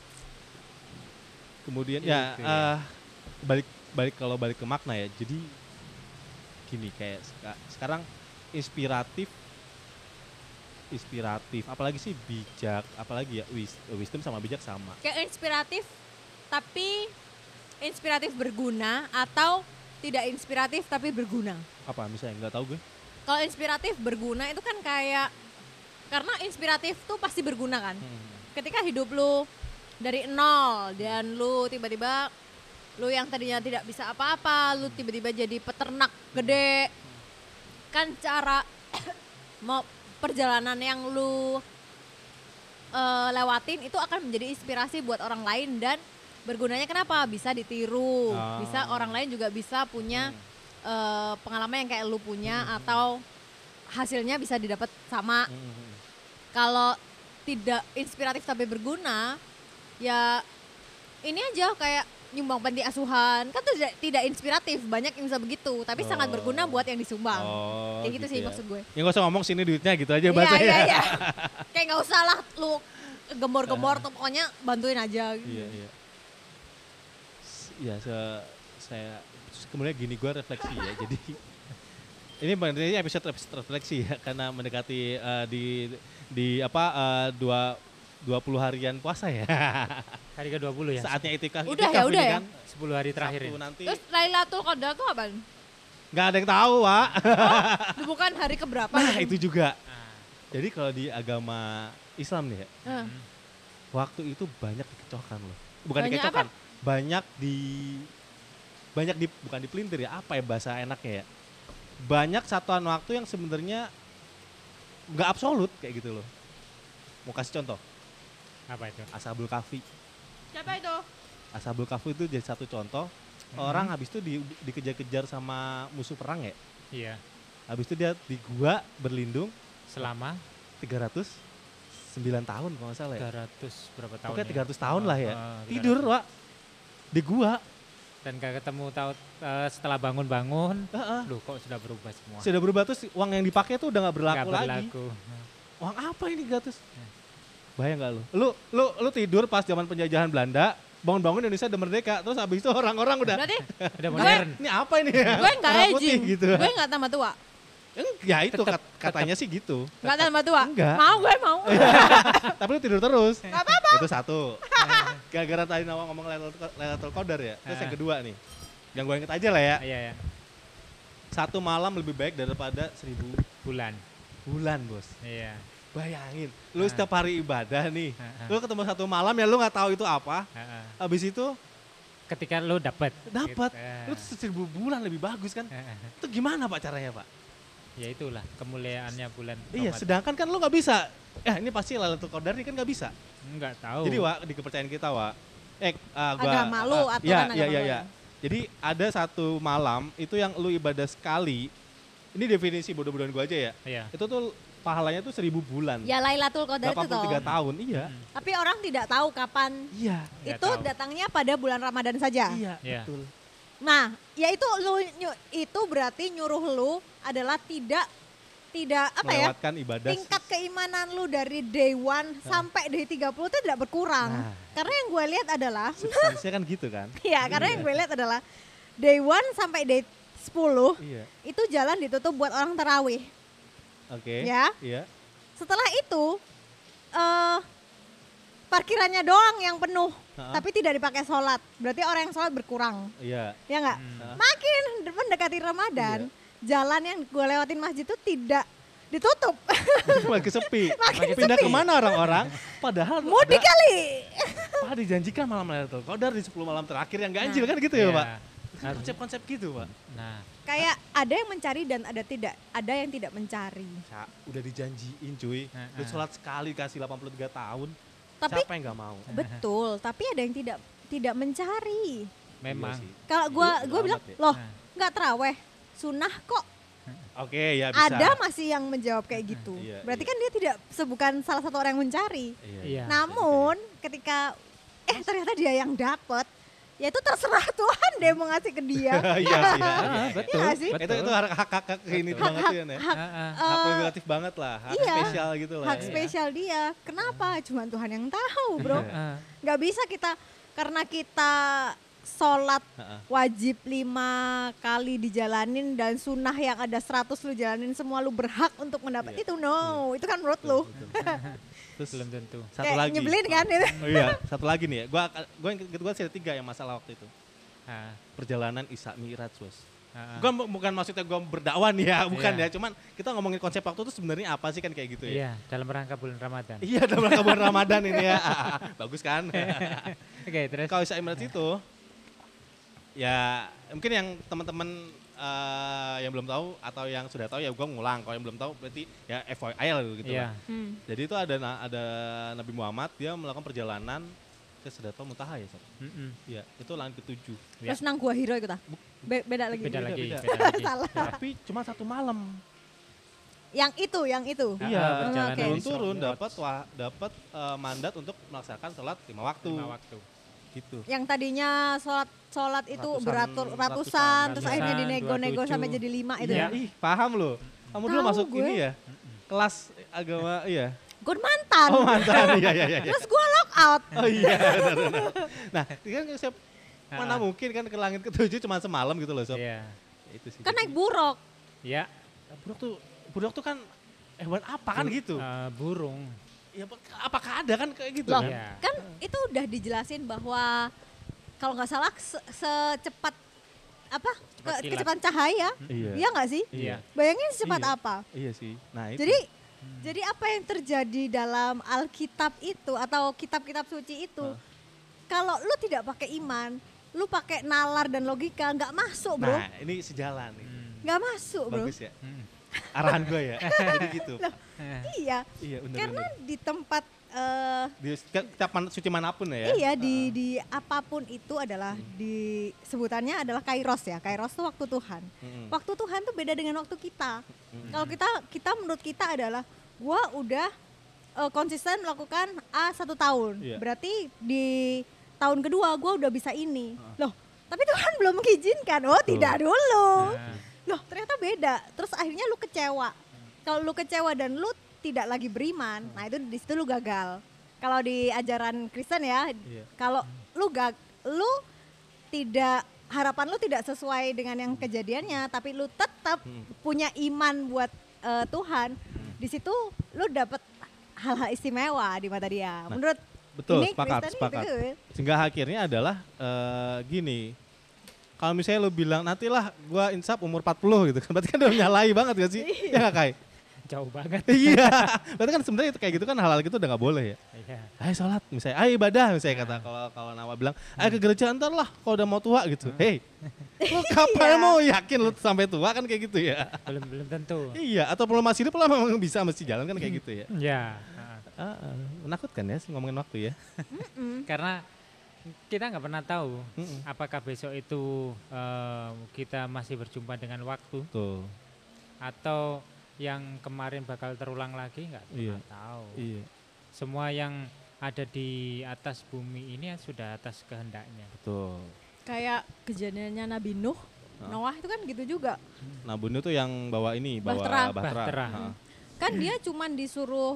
Kemudian ya, Gitu ya. eh, balik balik kalau balik ke makna ya. Jadi gini kayak seka- sekarang inspiratif inspiratif apalagi sih bijak apalagi ya wis- wisdom sama bijak sama. Kayak inspiratif, tapi inspiratif berguna atau tidak inspiratif tapi berguna. Apa misalnya nggak tahu gue. Kalau inspiratif berguna itu kan kayak, karena inspiratif tuh pasti berguna kan. Hmm. Ketika hidup lu dari nol dan lu tiba-tiba lu yang tadinya tidak bisa apa-apa, lu tiba-tiba jadi peternak gede. Kan cara mau perjalanan yang lu eh, lewatin itu akan menjadi inspirasi buat orang lain dan bergunanya kenapa? Bisa ditiru, Ah. bisa orang lain juga bisa punya Hmm. eh, pengalaman yang kayak lu punya atau hasilnya bisa didapat sama. Hmm, hmm, hmm. Kalau tidak inspiratif tapi berguna, ya ini aja kayak nyumbang panti asuhan kan tuh tidak, tidak inspiratif, banyak yang bisa begitu, tapi sangat Oh. berguna buat yang disumbang. Oh, Kayak gitu, sih ya. maksud gue. Ya nggak usah ngomong sini duitnya gitu aja Iya bahasa iya ya. iya. Kayak nggak usah lah lu gembor-gembor tuh pokoknya bantuin aja. Gitu. Iya iya. S- Ya se- saya terus kemudian gini gue refleksi ya. Jadi ini sebenarnya episode episode refleksi ya karena mendekati eh, di di apa eh, dua dua puluh harian puasa ya. Hari ke dua puluh ya. Saatnya itikaf. Udah itikaf ya, udah ini ya. Kan, sepuluh hari terakhir Sabtu ini. nanti Terus Lailatul Qadar tuh kapan? Nggak ada yang tahu, Wak. Bukan hari keberapa Nah, gitu. itu juga. Nah, Jadi kalau di agama Islam nih ya, Heeh. waktu itu banyak dikecohkan loh. Bukan Banyak dikecohkan, banyak di banyak di bukan dipelintir ya, apa ya bahasa enaknya ya. Banyak satuan waktu yang sebenarnya nggak absolut kayak gitu loh. Mau kasih contoh, apa itu? Ashabul Kahfi. Siapa itu? Ashabul Kahfi itu jadi satu contoh. Mhm. Orang habis itu di, dikejar-kejar sama musuh perang ya. Iya, Habis itu dia di gua berlindung selama tiga ratus sembilan tahun kalau nggak salah ya. tiga ratus berapa tahun Pokoknya ya? tiga ratus tahun lah ya. Ah, Tidur, tiga ratus. Wak. Di gua. Dan gak ketemu tahu eh, setelah bangun-bangun, Heeh. loh kok sudah berubah semua. Sudah berubah terus uang yang dipakai tuh udah nggak berlaku, Nggak lagi. berlaku. Uang apa ini gratis? Hmm. Bayang nggak lu? Lu lu lu tidur pas zaman penjajahan Belanda, bangun-bangun Indonesia udah merdeka, terus habis itu orang-orang udah Berarti Udah Gue- modern. ini apa ini? gue nggak Merah putih aging, gitu. gue nggak tambah tua, Eng, Ya itu Tetep, kat- katanya sih gitu. nggak tambah tua. Enggak. Mau gue mau. Tapi lu tidur terus. Nggak apa-apa. Itu satu. Gara-gara tadi Nawang ngomong Lailatul Lailatul Qadar ya. Terus yang Ah. kedua nih. Yang gue inget aja lah ya. Iya ya, Satu malam lebih baik daripada seribu bulan. bulan, Bos. Iya. Bayangin, lu Ah. setiap hari ibadah nih. Ah, ah. Lu ketemu satu malam ya lu nggak tahu itu apa. Ah, ah. Habis itu Ketika lu dapat. dapat. Gitu. Lu tuh seribu bulan lebih bagus kan? Ah, ah. Itu gimana Pak caranya, Pak? Ya itulah kemuliaannya bulan. Iya, Ramadan. sedangkan kan lu nggak bisa. Ya ini pasti Lailatul Qadar ini kan nggak bisa. Enggak tahu. Jadi Wak, di kepercayaan kita Wak. Eh, ah, gua, Agama lu, ah, aturan iya, agama iya, lu iya, ya. iya. Jadi ada satu malam itu yang lu ibadah sekali. Ini definisi bodoh-bodohan gua aja ya. Iya. Itu tuh pahalanya tuh seribu bulan. Ya Lailatul Qadar itu delapan puluh tiga toh. tahun, iya. Hmm. Tapi orang tidak tahu kapan Iya, Nggak itu tahu. datangnya pada bulan Ramadan saja. iya, Iya. betul. Nah, ya itu lu nyu- itu berarti nyuruh lu adalah tidak tidak apa ya? Melewatkan ibadah. Tingkat keimanan lu dari day one sampai day tiga puluh itu tidak berkurang. Nah. Karena yang gue lihat adalah Substansinya kan gitu kan. ya, karena yang gue lihat adalah day one sampai day sepuluh Iya. itu jalan ditutup buat orang tarawih. Oke. Ya. Iya. Setelah itu eh parkirannya doang yang penuh, Ha-ha. tapi tidak dipakai sholat. Berarti orang yang sholat berkurang, Iya. ya nggak? Hmm. Makin mendekati Ramadan, jalan yang gue lewatin masjid itu tidak ditutup. Makin sepi. Makin Pindah sepi. kemana orang-orang? Padahal Mudik ada- kali. Padahal dijanjikan malam Lailatul Qadar di sepuluh malam terakhir yang ganjil Nah. kan gitu ya, Iya. Pak? Harus- Konsep-konsep gitu, Pak. Nah, Kayak ada yang mencari dan ada tidak, ada yang tidak mencari. Sa- udah dijanjiin cuy. Nah, Lu ah. sholat sekali kasih delapan puluh tiga tahun. Tapi Siapa yang nggak mau? betul, tapi ada yang tidak tidak mencari. memang. Iya sih. Kalau gue Iya, gue bodo bilang, amat ya. loh Nah. nggak teraweh, sunnah kok. Oke, ya bisa. Ada masih yang menjawab kayak gitu. Iya, Berarti iya. kan dia tidak sebukan salah satu orang yang mencari. Iya. Iya. Namun ketika eh ternyata dia yang dapet, ya itu terserah Tuhan deh mau ngasih ke dia. Iya sih. ya. Ah, betul. Iya sih? Itu itu hak hak hak, hak ini Betul. banget tuh ya. Nek. Hak, Ah, ah. Hak eh, prerogatif banget lah, hak iya. spesial gitu lah. hak ya. spesial dia. Kenapa? Cuma Tuhan yang tahu, bro. Ah, Nggak bisa kita karena kita sholat Ha-ha. wajib lima kali dijalanin dan sunnah yang ada seratus lu jalanin semua lu berhak untuk mendapat Iya. itu. No, itu kan menurut lu. Betul, betul. Terus belum tentu. satu Kayak lagi. nyebelin kan itu. Oh iya, satu lagi nih ya. Gua gua yang gua sih ada tiga yang masalah waktu itu. Ah, Perjalanan Isra Mi'raj, Bos. ah, ah. Gua bu- bukan maksudnya gua berdakwah nih ya, bukan Iya. ya. Cuman kita ngomongin konsep waktu itu sebenarnya apa sih kan kayak gitu ya. Iya, dalam rangka bulan Ramadan. Iya, dalam rangka bulan Ramadan ini ya. Bagus kan? Oke, terus. Kalau Isra Mi'raj itu ya mungkin yang teman-teman eh, yang belum tahu atau yang sudah tahu ya gua ngulang. Kalau yang belum tahu berarti ya F Y I lah gitu Iya. lah. Hmm. Jadi itu ada na- ada Nabi Muhammad dia melakukan perjalanan ke Sidratul Muntaha ya, Sob? Mm-mm. Iya, itu langit ketujuh. Ya. Terus nang gua hero itu tah. Be- beda lagi. Beda Beda, lagi, beda. beda lagi. Salah. Tapi cuma satu malam. Yang itu, yang itu. Ah, Iya, ah, perjalanan oke. Turun Isra turun Mi'raj. dapat wah dapat eh, mandat untuk melaksanakan sholat lima waktu. Lima waktu. Gitu. Yang tadinya sholat sholat itu Ratusan- beratur ratusan, ratusan, terus ratusan, akhirnya dinego-nego dua puluh tujuh. sampai jadi lima itu. Iya. ya. Ih, paham loh. Kamu dulu Tahu masuk gue. ini ya? Kelas agama iya. Gue mantan. Oh, mantan. Iya, iya, iya. iya. Terus gue lock out. Oh iya, benar, benar. Nah, ini kan siap, mana Ah. mungkin kan ke langit ketujuh cuma semalam gitu loh, Sob. Iya. Itu sih. Kan naik buruk. Ya. Buruk tuh, buruk tuh kan hewan apa kan bur- gitu? eh, burung. Ya, apakah ada kan kayak gitu Loh, kan? Iya. kan itu udah dijelasin bahwa kalau nggak salah se- secepat apa ke, Cepat kilat. kecepatan cahaya, Iya. iya nggak sih? Iya. Bayangin secepat Iya. apa. Iya sih. Nah itu. Jadi jadi apa yang terjadi dalam Alkitab itu atau kitab-kitab suci itu, Hah. kalau lu tidak pakai iman, lu pakai nalar dan logika nggak masuk bro, Nah ini sejalan nih. Hmm. nggak masuk bro. Bagus ya. Hmm. Arahan gue ya. Jadi gitu. Iya, Iya benar. karena di tempat eh, Di kitab man- suci manapun ya. iya di di apapun itu adalah di sebutannya adalah kairos ya. Kairos itu waktu Tuhan. Mm-mm. Waktu Tuhan tuh beda dengan waktu kita. Mm-mm. Kalau kita kita menurut kita adalah gua udah eh, konsisten melakukan A satu tahun. Iya. Berarti di tahun kedua gua udah bisa ini. Loh, tapi Tuhan belum mengizinkan. Oh, tidak dulu. Nah, Loh, ternyata beda. Terus akhirnya lu kecewa. Kalau lu kecewa dan lu tidak lagi beriman, nah itu di situ lu gagal. Kalau di ajaran Kristen ya, Iya. kalau lu gag, lu tidak harapan lu tidak sesuai dengan yang kejadiannya, tapi lu tetap Hmm. punya iman buat eh, Tuhan. Di situ lu dapat hal-hal istimewa di mata dia. Nah, Menurut Betul, ini sepakat, Kristen sepakat. itu. Sehingga akhirnya adalah eh, gini. Kalau misalnya lu bilang nantilah gua insaf umur empat puluh gitu kan. Berarti kan udah menyalahi banget gak sih? Ya gak Kai? jauh banget. Iya. Berarti kan sebenarnya itu kayak gitu kan hal-hal gitu udah gak boleh ya. Iya. Ayo sholat misalnya, ayo ibadah misalnya kata kalau kalau Nawa bilang, ayo ke gereja ntar lah kalau udah mau tua gitu. Hei, lu kapan Iya. mau yakin lu sampai tua kan kayak gitu ya? Belum belum tentu. Iya, atau belum masih hidup lah memang bisa mesti jalan kan kayak gitu ya. Ya. Ah, ah, menakutkan ya sih ngomongin waktu ya. Mm-mm. Karena kita nggak pernah tahu Mm-mm. apakah besok itu eh, kita masih berjumpa dengan waktu Tuh, atau yang kemarin bakal terulang lagi nggak pernah Iya. tahu. iya Semua yang ada di atas bumi ini sudah atas kehendaknya. betul. Kayak kejadiannya Nabi Nuh, Hah? Noah itu kan gitu juga. Nah Bunda tuh yang bawa ini, bawa Bahtera. bahtera. Bahtera. Ah, Kan dia cuman disuruh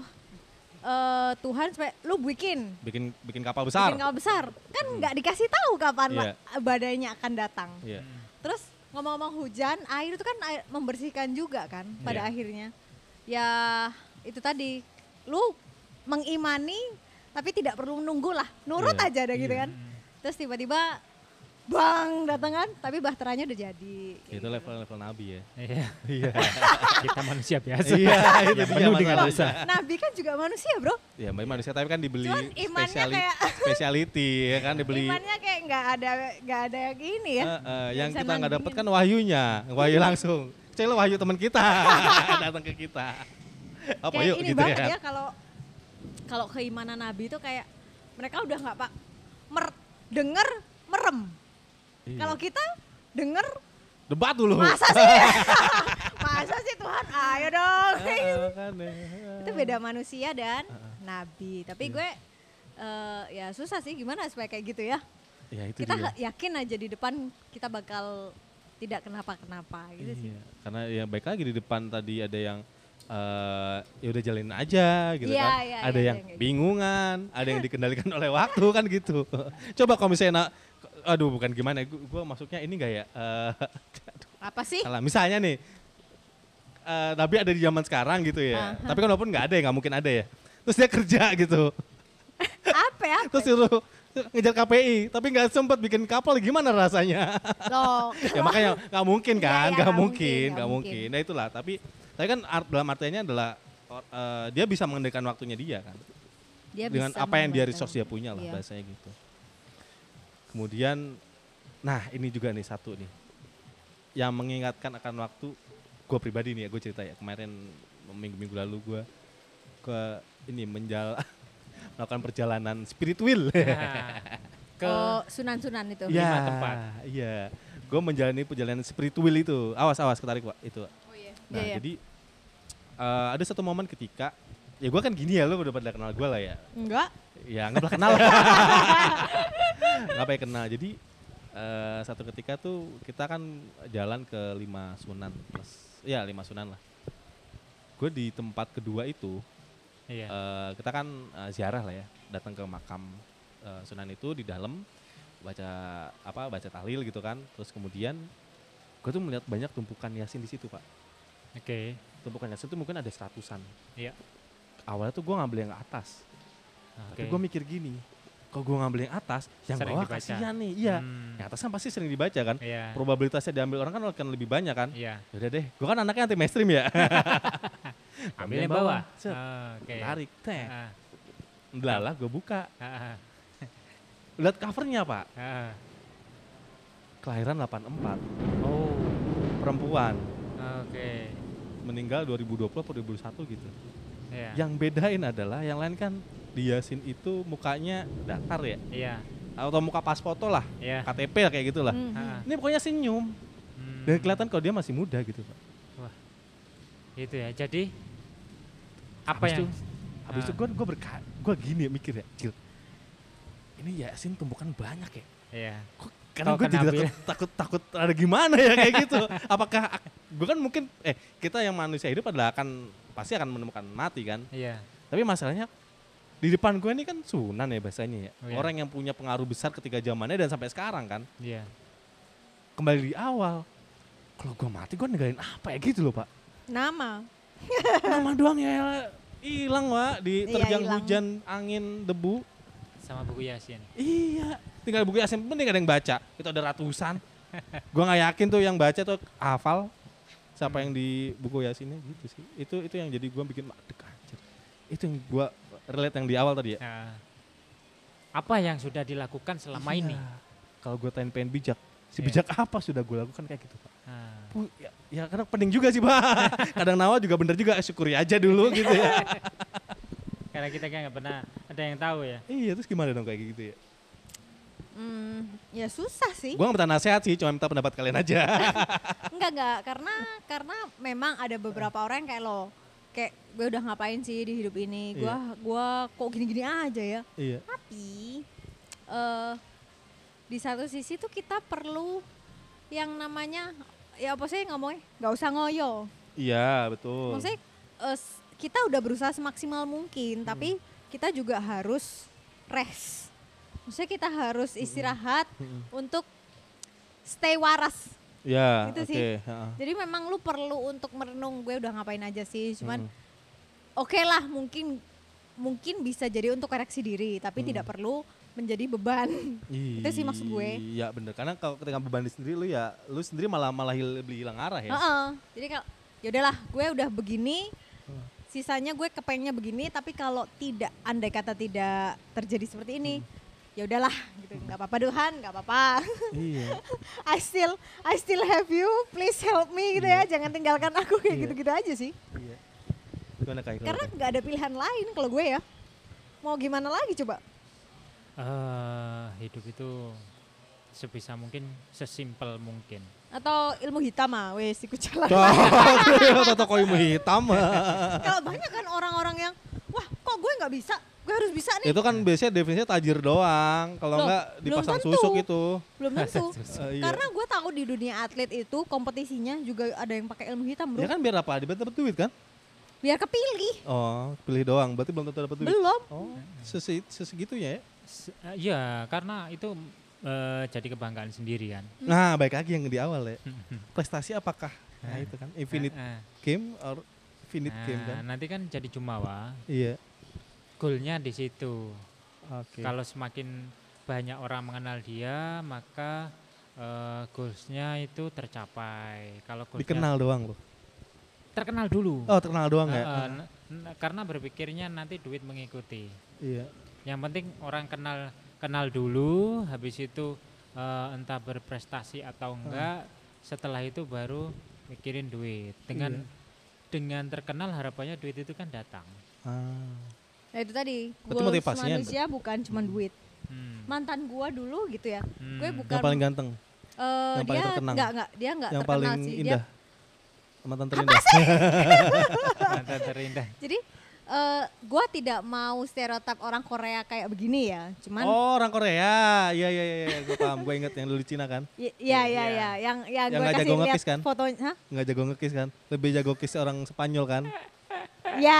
eh, Tuhan supaya lu bikin bikin bikin kapal besar. bikin kapal besar. Kan nggak dikasih tahu kapan Iya. la- badainya akan datang. Iya. Terus ngomong-ngomong hujan, air itu kan air membersihkan juga kan pada Iya. akhirnya. Ya itu tadi, lu mengimani tapi tidak perlu menunggu lah, nurut Iya, aja deh gitu iya. kan. Terus tiba-tiba bang datang kan, tapi bahteranya udah jadi. kayak Itu gitu. level-level nabi ya. Iya. Iya. Kita manusia biasa. Iya, itu Yang dia penuh dengan masalahnya. dosa. Nabi kan juga manusia bro, Ya, mbak manusia tapi kan dibeli Cuman imannya spesiali, kayak- speciality ya kan dibeli. imannya kayak nggak ada nggak ada yang ini ya. Eh, eh, yang bisa kita nggak dapat nandingin. kan wahyunya, wahyu langsung. Kecuali wahyu teman kita datang ke kita. Apa Kayak yuk ini gitu banget ya. ya kalau kalau keimanan Nabi itu kayak mereka udah nggak pak mer, denger merem. Iya. Kalau kita denger Debat dulu. masa sih masa sih Tuhan ayo dong. Ah, kan, ya. Itu beda manusia dan Ah, Nabi. Tapi Iya. gue eh, ya susah sih gimana supaya kayak gitu ya. Ya itu Kita dia. ha- yakin aja di depan kita bakal tidak kenapa-kenapa gitu sih. Iya, karena ya baik lagi di depan tadi ada yang eh ya udah jalanin aja gitu Iya, kan. iya, ada iya, yang ada yang kayak bingungan, ada yang dikendalikan oleh waktu kan gitu. Coba kalau misalnya na- aduh bukan gimana, gue masuknya ini enggak ya? Eh, Apa sih? salah. Misalnya nih eh, Nabi ada di zaman sekarang gitu ya. Aha. Tapi kan walaupun nggak ada ya, nggak mungkin ada ya. Terus dia kerja gitu. Apa ya? Terus suruh ngejar K P I, tapi nggak sempet bikin kapal, gimana rasanya? Loh, Ya makanya nggak mungkin Iya, kan, iya, nggak nggak mungkin, mungkin, nggak nggak mungkin. Nah itulah, tapi tapi kan art, dalam artinya adalah or- eh, dia bisa mengendalikan waktunya dia kan, dia dengan bisa apa yang dia membaca. resource dia punya lah Iya. bahasanya gitu. Kemudian, nah ini juga nih satu nih, yang mengingatkan akan waktu, gue pribadi nih ya, gue cerita ya kemarin minggu-minggu lalu gue ke ini menjal melakukan perjalanan spiritual. Nah, ke Oh, sunan-sunan itu. Iya, lima tempat. Iya, gue menjalani perjalanan spiritual itu. Awas, awas, ketarik pak itu. Oh iya. Nah, Iya, iya. jadi eh, ada satu momen ketika, ya gue kan gini ya, lu udah pada kenal gue lah ya. Enggak. Ya nggak pernah kenal. Nggak pernah kenal. Jadi eh, satu ketika tuh kita kan jalan ke lima sunan plus, ya lima sunan lah. Gue di tempat kedua itu, iya. eh, kita kan eh, ziarah lah ya, datang ke makam eh, sunan itu di dalam, baca apa, baca tahlil gitu kan. Terus kemudian gue tuh melihat banyak tumpukan yasin di situ pak. Oke. Tumpukan yasin itu mungkin ada seratusan. Iya. Awalnya tuh gue ngambil yang ke atas. Tapi Oke. gue mikir gini, Kalau gue ngambil yang atas, yang Sering bawah dibaca. kasihan nih. Iya, Hmm. yang atas kan pasti sering dibaca kan. Iya. Probabilitasnya diambil orang kan akan lebih banyak kan. Iya. Yaudah deh, gue kan anaknya anti mainstream ya. Ambil yang bawah. Set, Ah, Oke. tarik, teh. Ah, Delalah gue buka. ah, ah, Lihat covernya pak, ah. kelahiran delapan puluh empat, Oh. perempuan, Oke. meninggal dua ribu dua puluh atau dua ribu satu gitu. Iya. Yang bedain adalah yang lain kan di Yasin itu mukanya datar ya, Iya. atau muka pas foto lah, Iya. K T P lah kayak gitulah. Mhm. Ah, Ini pokoknya senyum hmm. dan kelihatan kalau dia masih muda gitu pak. Itu ya. Jadi apa Habis yang itu, habis itu Ah. gue gue berka, gue gini ya mikir ya, Cil, ini Yasin tumbukan banyak ya. Iya. Kok, karena Kau gue jadi kena takut, takut takut ada gimana ya kayak gitu. Apakah gue kan mungkin eh kita yang manusia hidup adalah akan pasti akan menemukan mati kan. Iya. Tapi masalahnya di depan gue ini kan Sunan ya bahasanya ya. Oh, iya. Orang yang punya pengaruh besar ketika zamannya dan sampai sekarang kan. Iya. Kembali di awal. Kalau gue mati gue ninggalin apa ya gitu loh pak. Nama. Nama doang ya hilang pak di Iya, terjang hilang. hujan angin debu. Sama buku Yasin. Iya. Tinggal buku Yasin penting ada yang baca. Itu ada ratusan. Gue nggak yakin tuh yang baca tuh hafal siapa yang di buku Yasinnya gitu sih. Itu itu yang jadi gue bikin madek anjir. Itu yang gue relate yang di awal tadi ya. Nah, apa yang sudah dilakukan selama Iya. ini? Kalau gue tanya pengen bijak, si Iya. bijak apa sudah gue lakukan kayak gitu pak. Nah, Pu- Ya, ya kadang penting juga sih pak. Kadang nawa juga bener juga, syukuri aja dulu gitu ya. karena kita kan nggak pernah ada yang tahu ya. Iya terus gimana dong kayak gitu ya. Hmm, ya susah sih. Gue gak minta nasihat sih, cuma minta pendapat kalian aja. Enggak enggak karena karena memang ada beberapa orang yang kayak lo kayak gue udah ngapain sih di hidup ini, gue Iya. gue kok gini-gini aja ya. Iya. Tapi eh di satu sisi tuh kita perlu yang namanya ya apa sih ngomongnya nggak usah ngoyo. Iya betul. Maksudnya eh, s- kita udah berusaha semaksimal mungkin, tapi kita juga harus rest. Maksudnya kita harus istirahat Mm-mm. untuk stay waras. Ya, Gitu oke. sih. heeh. Jadi memang lu perlu untuk merenung gue udah ngapain aja sih. Cuman Mm. oke lah mungkin mungkin bisa jadi untuk koreksi diri, tapi Hmm. tidak perlu menjadi beban. Itu sih maksud gue. Iya bener, karena kalau ketika beban sendiri lu ya, lu sendiri malah malah hil- lebih hilang arah ya. Heeh. Jadi kalau ya udahlah gue udah begini, Hmm. sisanya gue kepengennya begini, tapi kalau tidak andai kata tidak terjadi seperti ini, ya udahlah gitu. Nggak apa-apa Tuhan, nggak apa-apa. Iya. I still I still have you, please help me gitu ya. Jangan tinggalkan aku kayak Iya. gitu-gitu aja sih. Iya. Gimana kayak Karena nggak ada pilihan lain kalau gue ya. Mau gimana lagi coba? eh hidup itu sebisa mungkin sesimpel mungkin. Atau ilmu hitam ah, wes ikut jalan. Toto koimu hitam. Kalau banyak kan orang-orang yang, wah kok gue nggak bisa, gue harus bisa nih. Itu kan biasanya definisinya tajir doang, kalau Loh, enggak belum dipasang tentu. susuk itu. Belum tentu. Eh, iya. Karena gue tahu di dunia atlet itu kompetisinya juga ada yang pakai ilmu hitam bro. Ya kan biar apa? Dia dapat duit kan? Biar kepilih. Oh, pilih doang. Berarti belum tentu dapat duit. Belum. Oh, sesi, sesegitunya ya. Se- eh, Ya karena itu eh, jadi kebanggaan sendiri kan. Nah, baik lagi yang di awal ya. Prestasi apakah? Nah, itu kan infinite Eh, eh. game or infinite game kan. Nah, nanti kan jadi jumawa. Iya. Goalnya di situ. Oke. Kalau semakin banyak orang mengenal dia, maka eh, goalsnya itu tercapai. Kalau goalsnya Dikenal doang loh. terkenal dulu. Oh, terkenal doang Eh, ya. eh, n- n- karena berpikirnya nanti duit mengikuti. Iya. Yang penting orang kenal kenal dulu, habis itu eh, entah berprestasi atau enggak. Setelah itu baru mikirin duit. Dengan Iya. dengan terkenal harapannya duit itu kan datang. Ah. Nah itu tadi, Berarti goals motivasinya manusia bukan cuma duit. Hmm. Mantan gua dulu gitu ya, Hmm. gue bukan Yang paling ganteng, eh, yang paling dia terkenang. nggak nggak dia nggak yang terkenal paling sih. indah. Dia, Mantan terindah. Mantan terindah. jadi eh, gua tidak mau stereotip orang Korea kayak begini ya. Cuman Oh, orang Korea. Iya iya iya, iya. Gue paham. Gue inget yang dulu di Cina kan. y- iya iya Iya. iya yang yang, Yang gue nggak kasih jago lihat ngekis kan? fotonya. Hah? Nggak jago ngekis kan. Lebih jago kiss orang Spanyol kan. Ya.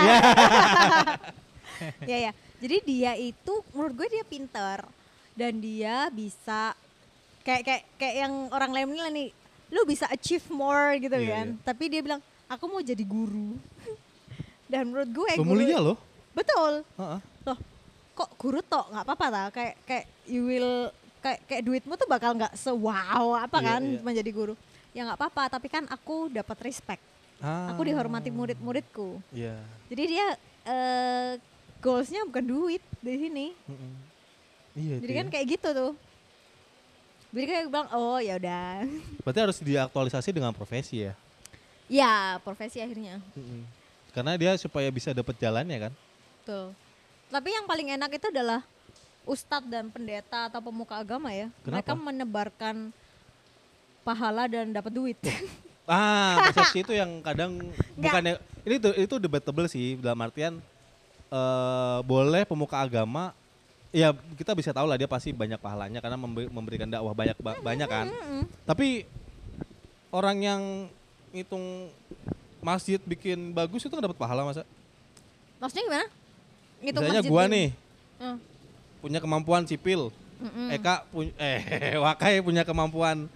Ya ya. Jadi dia itu menurut gue dia pinter dan dia bisa kayak kayak kayak yang orang lain bilang nih, lu bisa achieve more gitu Iya, kan. iya. Tapi dia bilang aku mau jadi guru. Dan menurut gue Pemulia loh. betul. Heeh. Loh, kok guru tok nggak apa-apa lah kayak kayak you will kayak kayak duitmu tuh bakal nggak sewow apa Iya, kan iya. menjadi guru. Ya nggak apa-apa tapi kan aku dapat respect. Ah. Aku dihormati murid-muridku. Iya. Jadi dia eh, goalsnya bukan duit di sini. Mm-mm. Iya. Jadi itu kan ya. kayak gitu tuh. Jadi kayak bilang oh ya udah. Berarti harus diaktualisasi dengan profesi ya. Ya profesi akhirnya. Mm-mm. Karena dia supaya bisa dapat jalannya kan. Tuh. Tapi yang paling enak itu adalah ustadz dan pendeta atau pemuka agama ya. Kenapa? Mereka menebarkan pahala dan dapat duit. Ah, persepsi itu yang kadang bukannya ini tuh itu debatable sih dalam artian eh boleh pemuka agama ya kita bisa tahu lah dia pasti banyak pahalanya karena membe- memberikan dakwah banyak ba- banyak kan. Tapi orang yang ngitung masjid bikin bagus itu nggak dapat pahala masa? Maksudnya gimana? Ngitung Misalnya masjid gua gitu. nih Hmm. punya kemampuan sipil, Mm-mm. Eka punya eh Wakai punya kemampuan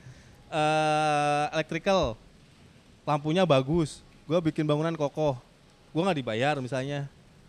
eh electrical, lampunya bagus, gue bikin bangunan kokoh, gue nggak dibayar misalnya,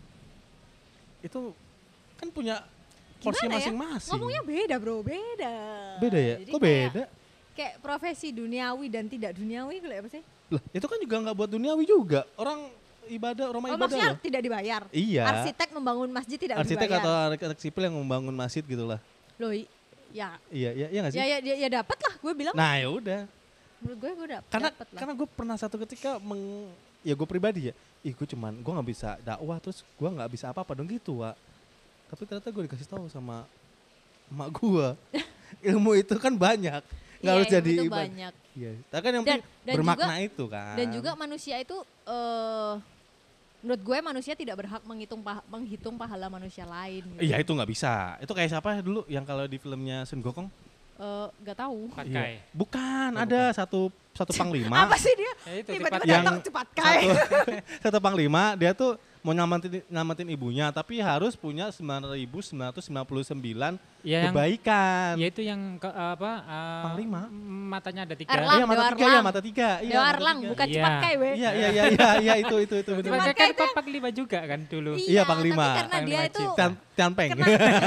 itu kan punya porsi Gimana ya? masing-masing. Ngomongnya beda bro, beda. Beda ya? Jadi Kok kayak- beda? Kayak profesi duniawi dan tidak duniawi gitu apa sih? Lah itu kan juga nggak buat duniawi juga, orang ibadah, rumah Oh ibadah maksudnya loh. tidak dibayar? Iya. Arsitek membangun masjid tidak Arsitek dibayar? atau arsitek sipil yang membangun masjid gitulah. Loh i- ya, Iya, iya, iya nggak sih? ya, ya, ya, ya dapat lah gue bilang. Nah ya udah. Menurut gue gue dap- Karena dapet lah. karena gue pernah satu ketika meng, ya gue pribadi ya, ih gue cuman gue nggak bisa dakwah terus gue nggak bisa apa-apa dong gitu Wak. Tapi ternyata gue dikasih tahu sama emak gue, ilmu itu kan banyak, nggak Iya, harus ilmu jadi itu ibadah. banyak. Iya, tapi kan yang Dan- penting dan bermakna juga- itu kan. Dan juga manusia itu eh menurut gue manusia tidak berhak menghitung paha- menghitung pahala manusia lain. Gitu. Iya itu nggak bisa. Itu kayak siapa dulu yang kalau di filmnya Sun Gokong? Eh, gak tahu. Pakai. Bukan, Oh, ada satu satu panglima. Apa sih dia? Ya itu Tiba-tiba cepat yang- datang cepat kai. satu, satu panglima dia tuh mau nyelamatin nyelamatin ibunya tapi harus punya sembilan ribu sembilan ratus sembilan puluh sembilan Ya yang kebaikan. ya itu yang ke, apa eh, Panglima. matanya ada tiga. Erlang. Iya mata Dewa tiga ya Erlang. mata tiga. Iya, Dewa mata Erlang tiga. bukan Iya. cepat kai we. Iya iya iya iya iya itu itu itu benar. Sebenarnya Cepat kan kai Pak Panglima juga kan dulu. Iya, Panglima. Tapi karena dia Panglima itu cinta. Tian Tianpeng. kena,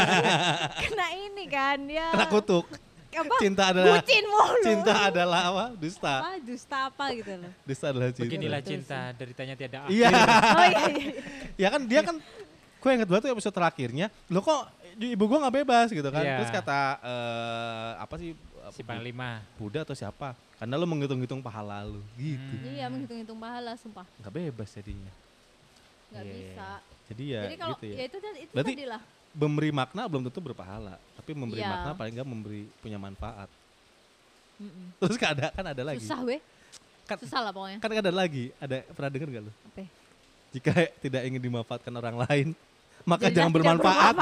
kena ini kan dia. Kena kutuk. Apa? Cinta adalah Bucin mulu. cinta adalah apa? Dusta. Apa dusta apa gitu loh. Dusta adalah cinta. Beginilah Betul cinta, deritanya tiada akhir. Iya. Oh iya iya. Ya kan dia kan gue inget banget tuh episode terakhirnya. Lo kok ibu gue nggak bebas gitu kan. Iya. Terus kata eh, apa sih Si Panglima. Buddha atau siapa? Karena lo menghitung-hitung pahala lo gitu. Hmm. Iya menghitung-hitung pahala sumpah. Nggak bebas jadinya. Nggak Iya. bisa. Jadi ya Jadi kalau gitu ya. ya. itu tadi itu Berarti- tadi lah. Memberi makna belum tentu berpahala, tapi memberi Iya. makna paling nggak memberi punya manfaat. Mm-mm. Terus kan ada kan ada lagi. Susah weh. Kan, Susah lah pokoknya. kan ada lagi. Ada pernah dengar nggak lo? Apa? Jika tidak ingin dimanfaatkan orang lain, maka Jadi jangan jangan bermanfaat.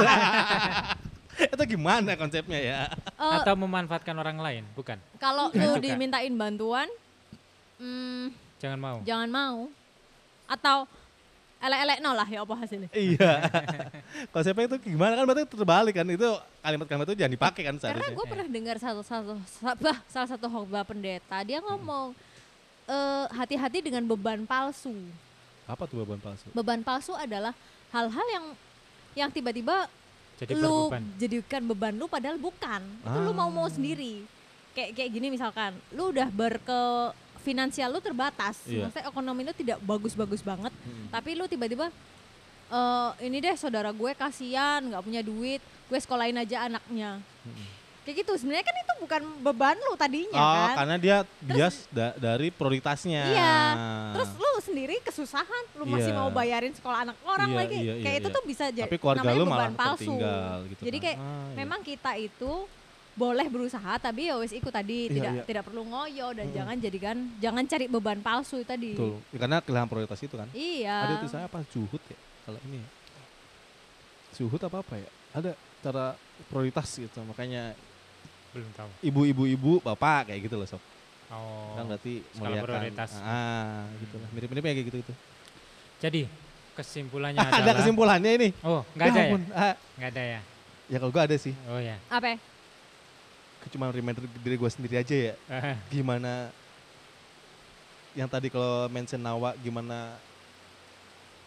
Itu gimana konsepnya ya? Eh, Atau memanfaatkan orang lain, bukan? kalau Nggak lu suka. dimintain bantuan, hmm, Jangan mau. jangan mau. Atau elek-elek no lah ya apa hasilnya. Iya. Konsepnya itu gimana kan berarti terbalik kan itu kalimat-kalimat itu jangan dipakai kan Karena seharusnya. gue pernah dengar satu satu salah, salah satu khotbah pendeta dia ngomong eh, hati-hati dengan beban palsu. Apa tuh beban palsu? Beban palsu adalah hal-hal yang yang tiba-tiba Jadi lu berbeban. jadikan beban lu padahal bukan. Itu lu mau mau Ah. sendiri. Kayak kayak gini misalkan, lu udah berke finansial lu terbatas, Iya. maksudnya ekonomi lu tidak bagus-bagus banget, Mm-mm. tapi lu tiba-tiba eh ini deh saudara gue kasihan nggak punya duit, gue sekolahin aja anaknya. Mm-mm. Kayak gitu sebenarnya kan itu bukan beban lu tadinya Oh, kan. karena dia bias da- dari prioritasnya. Iya. Terus lu sendiri kesusahan, lu masih Iya. mau bayarin sekolah anak orang Iya, lagi. iya, iya, Kayak itu iya. tuh bisa jadi tapi keluarga namanya lu beban malah palsu. tertinggal gitu Jadi kan. kayak Ah, iya. memang kita itu boleh berusaha tapi ya wes ikut tadi Iya, tidak iya. tidak perlu ngoyo dan Mm-mm. jangan jadikan jangan cari beban palsu tadi. Betul. Ya, karena kehilangan prioritas itu kan. Iya. Ada tuh saya apa zuhud ya kalau ini ya. Zuhud apa apa ya? Ada cara prioritas gitu. Makanya Belum tahu. ibu-ibu-ibu bapak kayak gitu loh sob. Oh. Kan berarti skala muliakan. prioritas. Ah, gitu lah. Mirip-mirip kayak gitu gitu. Jadi kesimpulannya ada adalah. kesimpulannya ini. Oh, nggak ada ya? ampun. Ah, Nggak ada ya? ya kalau gua ada sih. Oh ya. Apa? Cuma reminder diri gua sendiri aja ya. Gimana yang tadi kalau mention Nawa gimana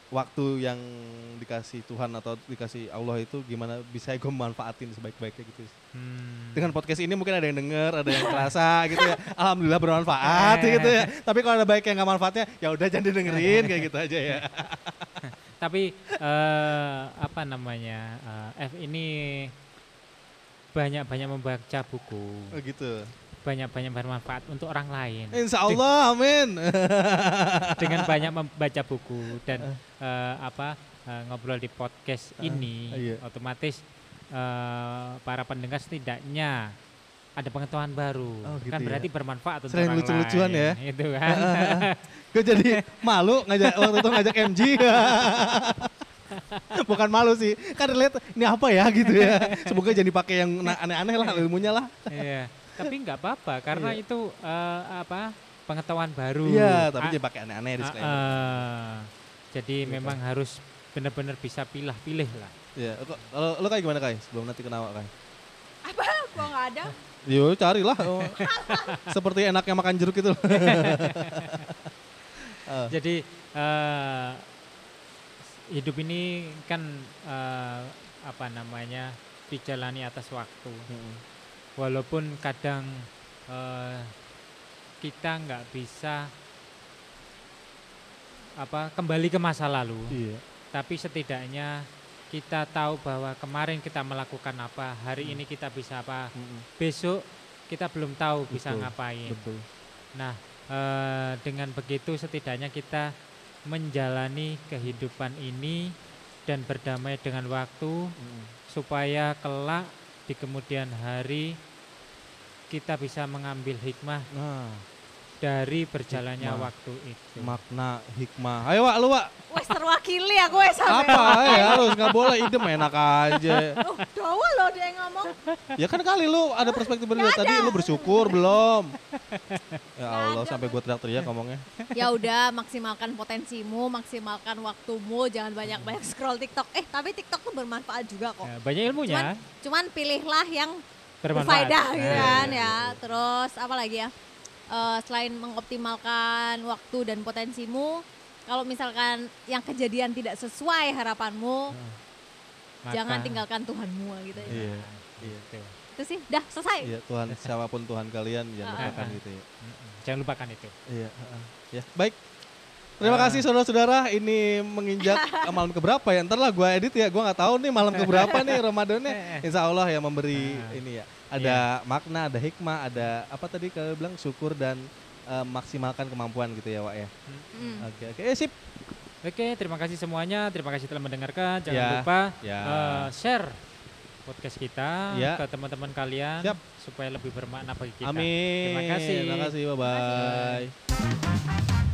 waktu yang dikasih Tuhan atau dikasih Allah itu gimana bisa gue manfaatin sebaik-baiknya gitu. Hmm. Dengan podcast ini mungkin ada yang denger, ada yang kerasa gitu ya. Alhamdulillah bermanfaat gitu ya. Tapi kalau ada baik yang nggak manfaatnya, ya udah jangan didengerin kayak gitu aja ya. Tapi eh, apa namanya eh, F ini banyak-banyak membaca buku, Oh gitu. banyak-banyak bermanfaat untuk orang lain. Insya Allah, amin. Dengan banyak membaca buku dan eh, apa eh, ngobrol di podcast ini, iya. otomatis eh, para pendengar setidaknya ada pengetahuan baru, Oh, gitu kan ya. berarti bermanfaat untuk Selain orang lucu-lucuan lain. ya. Itu kan. Gue jadi malu ngajak waktu itu ngajak M G. Bukan malu sih, kan relate ini apa ya gitu ya. Semoga jadi pakai yang na- aneh-aneh lah ilmunya lah. Iya. Tapi nggak apa-apa karena Iya. itu eh, apa pengetahuan baru. Iya, tapi A- jangan pakai aneh-aneh a- disclaimer. eh, jadi Gitu. memang harus benar-benar bisa pilah-pilih lah. Iya, kok- kalau lo kayak gimana Kai? Sebelum nanti kenawa Kai. Apa? Gua nggak ada. Yo carilah. Oh. Seperti enaknya makan jeruk itu. Eh, Jadi eh, hidup ini kan eh, apa namanya dijalani atas waktu. mm, Walaupun kadang eh, kita nggak bisa apa kembali ke masa lalu, Iya. tapi setidaknya kita tahu bahwa kemarin kita melakukan apa, hari Hmm. ini kita bisa apa, Mm-mm. besok kita belum tahu bisa Betul, ngapain. Betul. Nah, eh, dengan begitu setidaknya kita menjalani kehidupan ini dan berdamai dengan waktu Mm-mm. supaya kelak di kemudian hari kita bisa mengambil hikmah Nah, dari berjalannya Hikmah. waktu itu. makna hikmah. Ayo Wak, lu Wak. Wes terwakili aku wes sampe. Apa ya harus nggak boleh idem enak aja. Oh, dawa loh dia yang ngomong. Ya kan kali lu ada perspektif berbeda tadi lu bersyukur belum? Ya Allah ada. sampai gua teriak-teriak ngomongnya. Ya udah, maksimalkan potensimu, maksimalkan waktumu, jangan banyak-banyak scroll TikTok. Eh, tapi TikTok tuh bermanfaat juga kok. Ya, banyak ilmunya, Cuman, cuman pilihlah yang bermanfaat. berfaedah gitu Nah, kan iya, ya. iya. Terus apa lagi ya? Eh, selain mengoptimalkan waktu dan potensimu, kalau misalkan yang kejadian tidak sesuai harapanmu, Maka- jangan tinggalkan Tuhanmu gitu ya. Iya. Iya. Itu. Itu sih, dah selesai. Iya Tuhan siapapun Tuhan kalian jangan Ah. lupakan gitu ya. Mm-mm. Jangan lupakan itu. Iya. heeh. Ya baik. Terima Ah. kasih saudara-saudara. Ini menginjak malam keberapa ya? Ntar lah gue edit ya. Gue nggak tahu nih malam keberapa nih Ramadannya. Insya Allah ya memberi Ah. ini ya. Ada makna, ada hikmah, ada apa tadi kalau bilang syukur dan eh, maksimalkan kemampuan gitu ya Wak ya. Mm. Oke oke. Eh sip. Oke, terima kasih semuanya. Terima kasih telah mendengarkan. Jangan Ya, lupa ya. eh, share podcast kita Ya. ke teman-teman kalian Siap. supaya lebih bermakna bagi kita. Amin. Terima kasih. Terima kasih. Bye bye. Terima kasih.